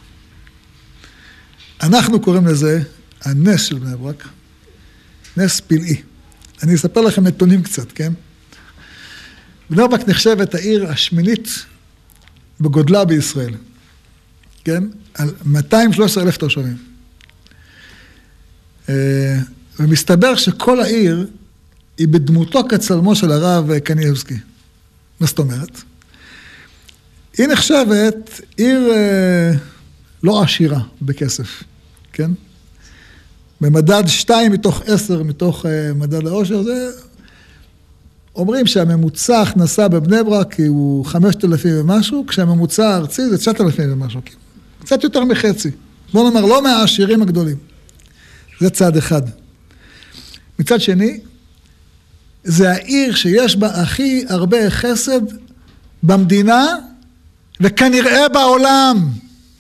Speaker 3: אנחנו קוראים לזה הנס של בני ברק, נס פלאי. אני אספר לכם נתונים קצת, כן? בני ברק נחשבת העיר השמינית בגודלה בישראל, כן? על מאתיים ושלושה עשר אלף תושבים. ומסתבר שכל העיר היא בדמותו כצלמו של הרב קניבסקי. מה זאת אומרת? היא נחשבת עיר אה, לא עשירה בכסף, כן? במדד שתיים מתוך עשר מתוך אה, מדד העושר, זה אומרים שהממוצע הכנסה בבני ברק הוא חמשת אלפים ומשהו, כשהממוצע הארצי זה תשעת אלפים ומשהו, קצת יותר מחצי. בוא נאמר, לא מהעשירים הגדולים. זה צד אחד. מצד שני, זה העיר שיש בה הכי הרבה חסד במדינה, וכנראה בעולם.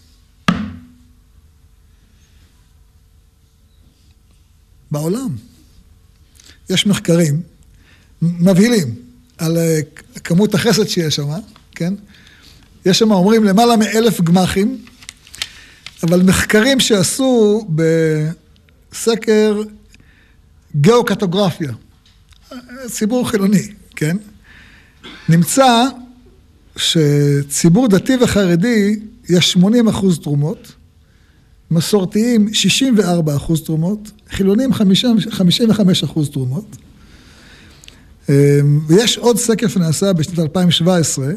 Speaker 3: בעולם. יש מחקרים מבהילים על כמות החסד שיש שם, כן? יש שם, אומרים, למעלה מאלף גמחים, אבל מחקרים שעשו בסקר גיאוקרטוגרפיה, ציבור חילוני, כן? נמצא שציבור דתי וחרדי יש שמונים אחוז תרומות, מסורתיים שישים וארבעה אחוז תרומות, חילונים חמישים וחמישה אחוז תרומות. ויש עוד סקר שנעשה בשנת אלפיים שבע עשרה,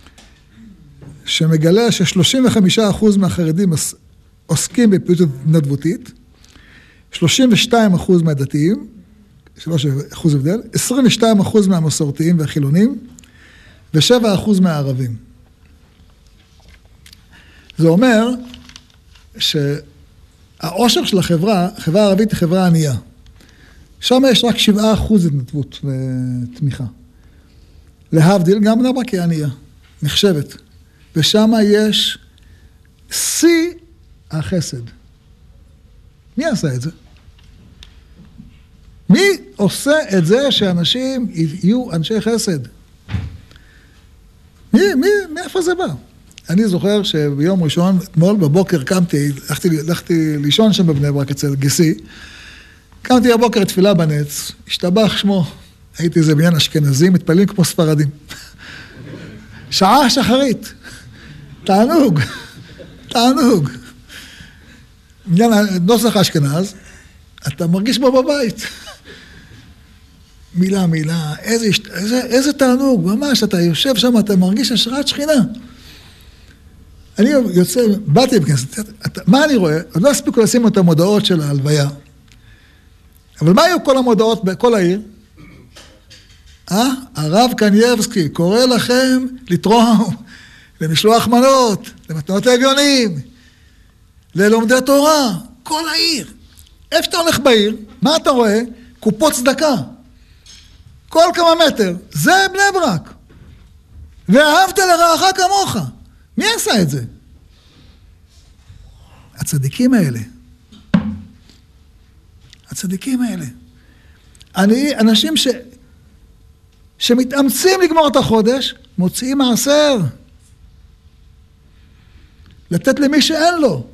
Speaker 3: שמגלה ש-שלושים וחמישה אחוז מהחרדים עוסקים בפעילות התנדבותית, שלושים ושניים אחוז מהדתיים, שלושה אחוז הבדל, עשרים ושניים אחוז מהמסורתיים והחילונים, ושבעה אחוז מהערבים. זה אומר שהעושר של החברה, החברה הערבית היא חברה ענייה. שם יש רק שבעה אחוז התנדבות ותמיכה. להבדיל, גם בני ברק היא ענייה, נחשבת. ושם יש שיא החסד. מי עשה את זה? מי עושה את זה שאנשים יהיו אנשי חסד? מי, מי, מאיפה זה בא? אני זוכר שביום ראשון, אתמול בבוקר קמתי, הלכתי, הלכתי לישון שם בבני ברק אצל גיסי, קמתי בבוקר תפילה בנץ, השתבח שמו, הייתי איזה בניין אשכנזים, מתפללים כמו ספרדים. שעה שחרית, תענוג, תענוג. בניין נוסח אשכנז, אתה מרגיש בו בבית. מילה, מילה, איזה, איזה, איזה תענוג, ממש, אתה יושב שם, אתה מרגיש השראת שכינה. אני יוצא, באתי בכנסת, מה אני רואה? עוד לא הספיקו לשים את המודעות של ההלוויה. אבל מה היו כל המודעות בכל העיר? אה? הרב קניבסקי קורא לכם לתרום, למשלוח מנות, למתנות האביונים, ללומדי תורה, כל העיר. איפה אתה הולך בעיר? מה אתה רואה? קופות צדקה. כל כמה מטר. זה בני ברק. ואהבת לרעך כמוך. מי עשה את זה? הצדיקים האלה. הצדיקים האלה. אני, אנשים ש, שמתאמצים לגמור את החודש, מוציאים מעשר. לתת למי שאין לו.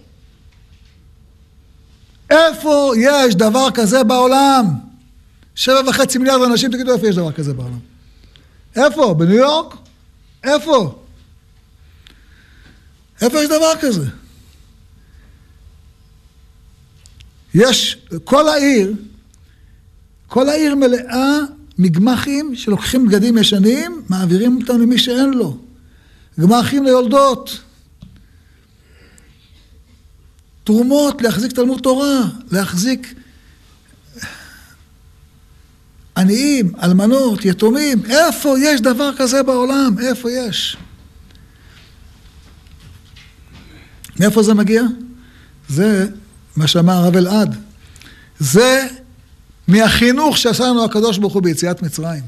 Speaker 3: איפה יש דבר כזה בעולם? שבע וחצי מיליארד אנשים, תגידו איפה יש דבר כזה בעולם. איפה? בניו יורק? איפה? איפה יש דבר כזה? יש, כל העיר, כל העיר מלאה מגמחים שלוקחים בגדים ישנים, מעבירים אותם למי שאין לו. גמחים ליולדות. תרומות להחזיק תלמוד תורה, להחזיק עניים, אלמנות, יתומים. איפה יש דבר כזה בעולם? איפה יש? מאיפה זה מגיע? זה מה שאמר הרב אלעד. זה מהחינוך שעשה לנו הקדוש ברוך הוא ביציאת מצרים.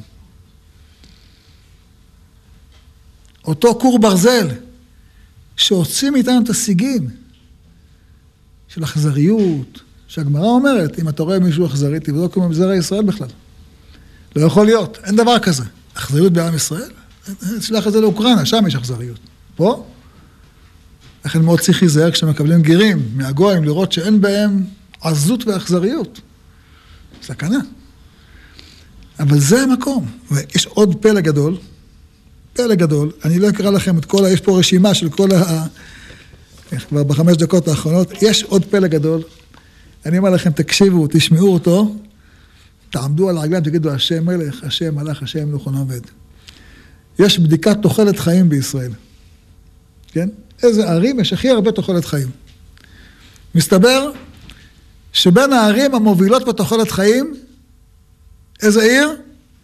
Speaker 3: אותו קור ברזל שהוציא מאיתנו את השיגים של אכזריות, שהגמרא אומרת, אם אתה רואה מישהו אכזרי, תבדוק כמו מזרע ישראל בכלל. לא יכול להיות, אין דבר כזה. אכזריות בעם ישראל? תשלח את זה לאוקראינה, שם יש אכזריות. פה? לכן מאוד צריך להיזהר כשמקבלים גירים מהגויים, לראות שאין בהם עזות ואכזריות. סכנה. אבל זה המקום. ויש עוד פלא גדול, פלא גדול, אני לא אקרא לכם את כל, יש פה רשימה של כל ה... כבר בחמש דקות האחרונות, יש עוד פלא גדול, אני אומר לכם, תקשיבו, תשמעו אותו, תעמדו על הרגליים, תגידו, השם מלך, השם מלך, השם נכון עובד. יש בדיקת תוחלת חיים בישראל. כן? איזה ערים יש הכי הרבה תוחלת חיים. מסתבר שבין הערים המובילות בתוחלת חיים, איזה עיר?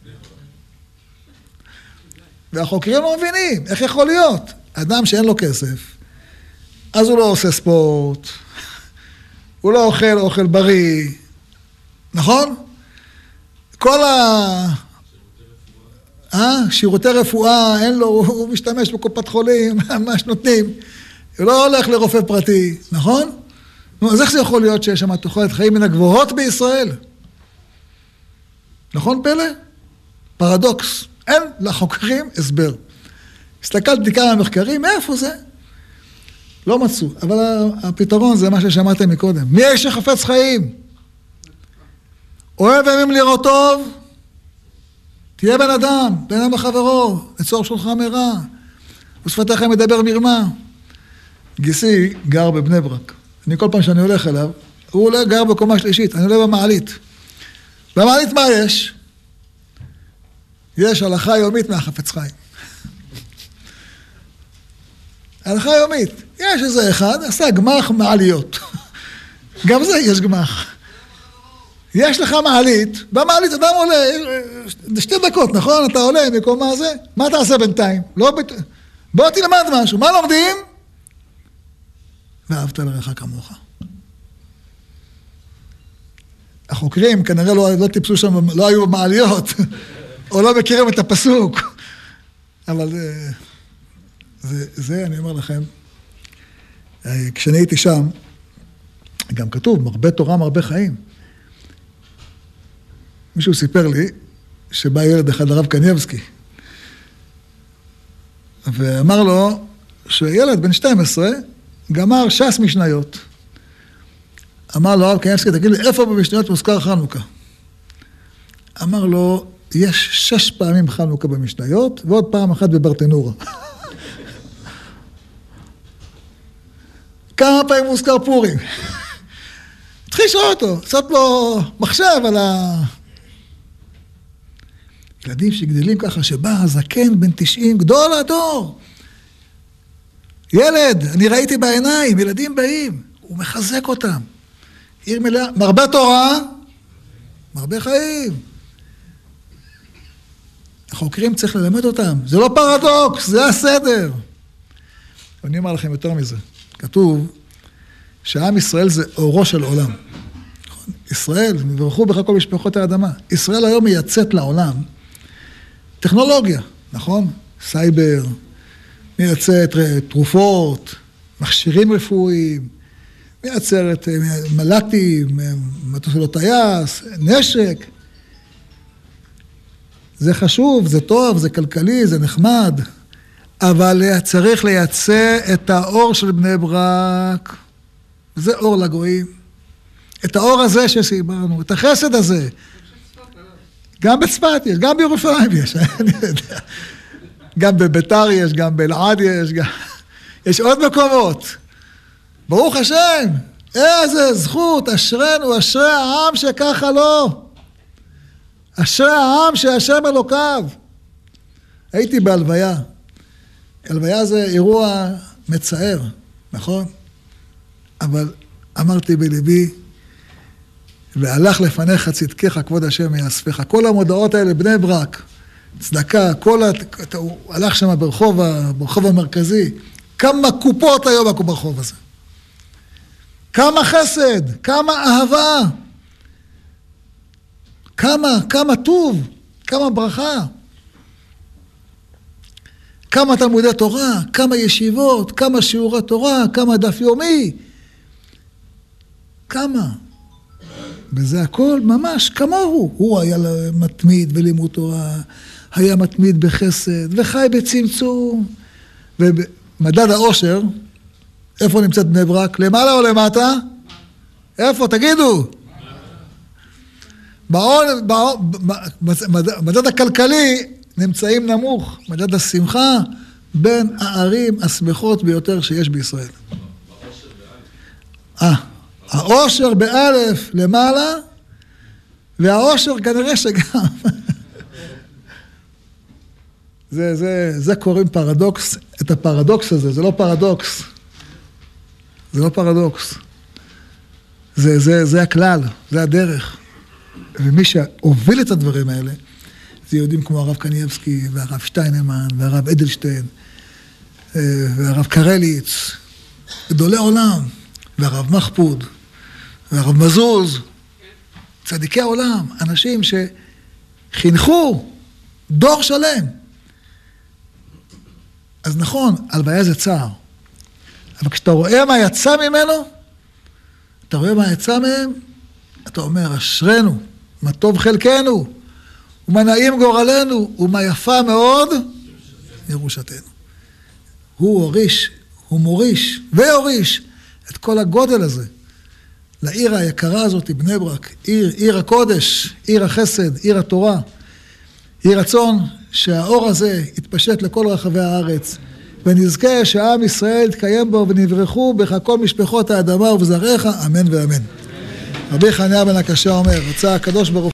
Speaker 3: והחוקרים לא מבינים, איך יכול להיות? אדם שאין לו כסף, אז הוא לא עושה ספורט, הוא לא אוכל אוכל בריא, נכון? כל ה... אה? שירותי רפואה, אין לו, הוא משתמש בקופת חולים, מה שנותנים. הוא לא הולך לרופא פרטי, נכון? נו, אז איך זה יכול להיות שיש שם תוחלת חיים מן הגבוהות בישראל? נכון פלא? פרדוקס. אין לחוקרים הסבר. הסתכלתי כמה מחקרים, מאיפה זה? לא מצאו. אבל הפתרון זה מה ששמעתם מקודם. מי יש שחפץ חיים? אוהב ימים לראות טוב? תהיה בן אדם, בן אדם בחברו, לצור שלך מרע, ושפתיך מדבר מרמה. גיסי גר בבני ברק. אני כל פעם שאני הולך אליו, הוא עולה גר בקומה שלישית, אני עולה במעלית. במעלית מה יש? יש הלכה יומית מהחפץ חיים. הלכה יומית. יש איזה אחד, עשה גמח מעליות. גם זה יש גמח. יש לך מעלית, במעלית אדם עולה, שתי דקות, נכון? אתה עולה מקום מה זה? מה אתה עושה בינתיים? לא בת... בוא תלמד משהו. מה לומדים? ואהבת לרעך כמוך. החוקרים כנראה לא, לא טיפסו שם, לא היו במעליות, או לא מכירים את הפסוק. אבל זה, זה, זה, אני אומר לכם, כשאני הייתי שם, גם כתוב, מרבה תורה, מרבה חיים. מישהו סיפר לי שבא ילד אחד הרב קניבסקי, ואמר לו שילד בן שתים עשרה גמר ש"ס משניות. אמר לו הרב קניבסקי, תגיד לי, איפה במשניות מוזכר חנוכה? אמר לו, יש שש פעמים חנוכה במשניות, ועוד פעם אחת בברטנורה. כמה פעמים מוזכר פורים? התחיל לשאול אותו, לעשות לו מחשב על ה... ילדים שגדלים ככה, שבא הזקן בן תשעים, גדול הדור. ילד, אני ראיתי בעיניים, ילדים באים, הוא מחזק אותם. עיר מלאה, מרבה תורה, מרבה חיים. החוקרים צריך ללמד אותם, זה לא פרדוקס, זה הסדר. אני אומר לכם יותר מזה, כתוב שעם ישראל זה אורו של עולם. ישראל, מברכו בך כל משפחות האדמה. ישראל היום מייצאת לעולם טכנולוגיה, נכון? סייבר, מייצאת תרופות, מכשירים רפואיים, מייצרת מל"טים, מטוסי טייס, נשק. זה חשוב, זה טוב, זה כלכלי, זה נחמד, אבל צריך לייצא את האור של בני ברק, זה אור לגויים. את האור הזה שסיברנו, את החסד הזה. גם בצפת יש, גם בירושלים יש, אני יודע. גם בביתר יש, גם באלעד יש, גם... יש עוד מקומות. ברוך השם, איזה זכות, אשרנו, אשרי העם שככה לא. אשרי העם שהשם אלוקיו. הייתי בהלוויה. הלוויה זה אירוע מצער, נכון? אבל אמרתי בליבי, והלך לפניך צדקך, כבוד השם יאספך. כל המודעות האלה, בני ברק, צדקה, כל ה... הוא הלך שם ברחוב, ברחוב המרכזי. כמה קופות היום ברחוב הזה. כמה חסד, כמה אהבה. כמה, כמה טוב, כמה ברכה. כמה תלמודי תורה, כמה ישיבות, כמה שיעורי תורה, כמה דף יומי. כמה. וזה הכל ממש כמוהו. הוא היה מתמיד בלימוד תורה, היה מתמיד בחסד, וחי בצמצום. ומדד העושר, איפה נמצאת בני ברק? למעלה או למטה? איפה? תגידו. מדד הכלכלי נמצאים נמוך. מדד השמחה בין הערים השמחות ביותר שיש בישראל. אה. העושר באלף למעלה, והאושר כנראה שגם. זה, זה, זה קוראים פרדוקס, את הפרדוקס הזה, זה לא פרדוקס. זה לא פרדוקס. זה, זה, זה הכלל, זה הדרך. ומי שהוביל את הדברים האלה, זה יהודים כמו הרב קניאבסקי, והרב שטיינמן, והרב אדלשטיין, והרב קרליץ, גדולי עולם, והרב מחפוד, והרב מזוז, צדיקי העולם, אנשים שחינכו דור שלם. אז נכון, הלוויה זה צער, אבל כשאתה רואה מה יצא ממנו, אתה רואה מה יצא מהם, אתה אומר, אשרנו, מה טוב חלקנו, ומה נעים גורלנו, ומה יפה מאוד ירושתנו. הוא הוריש, הוא מוריש והוריש את כל הגודל הזה לעיר היקרה הזאת, בני ברק, עיר, עיר הקודש, עיר החסד, עיר התורה. יהי רצון שהאור הזה יתפשט לכל רחבי הארץ, ונזכה שהעם ישראל יתקיים בו ונברכו בך כל משפחות האדמה ובזרעך, אמן ואמן. רבי חניה בן הקשה אומר, רצה הקדוש ברוך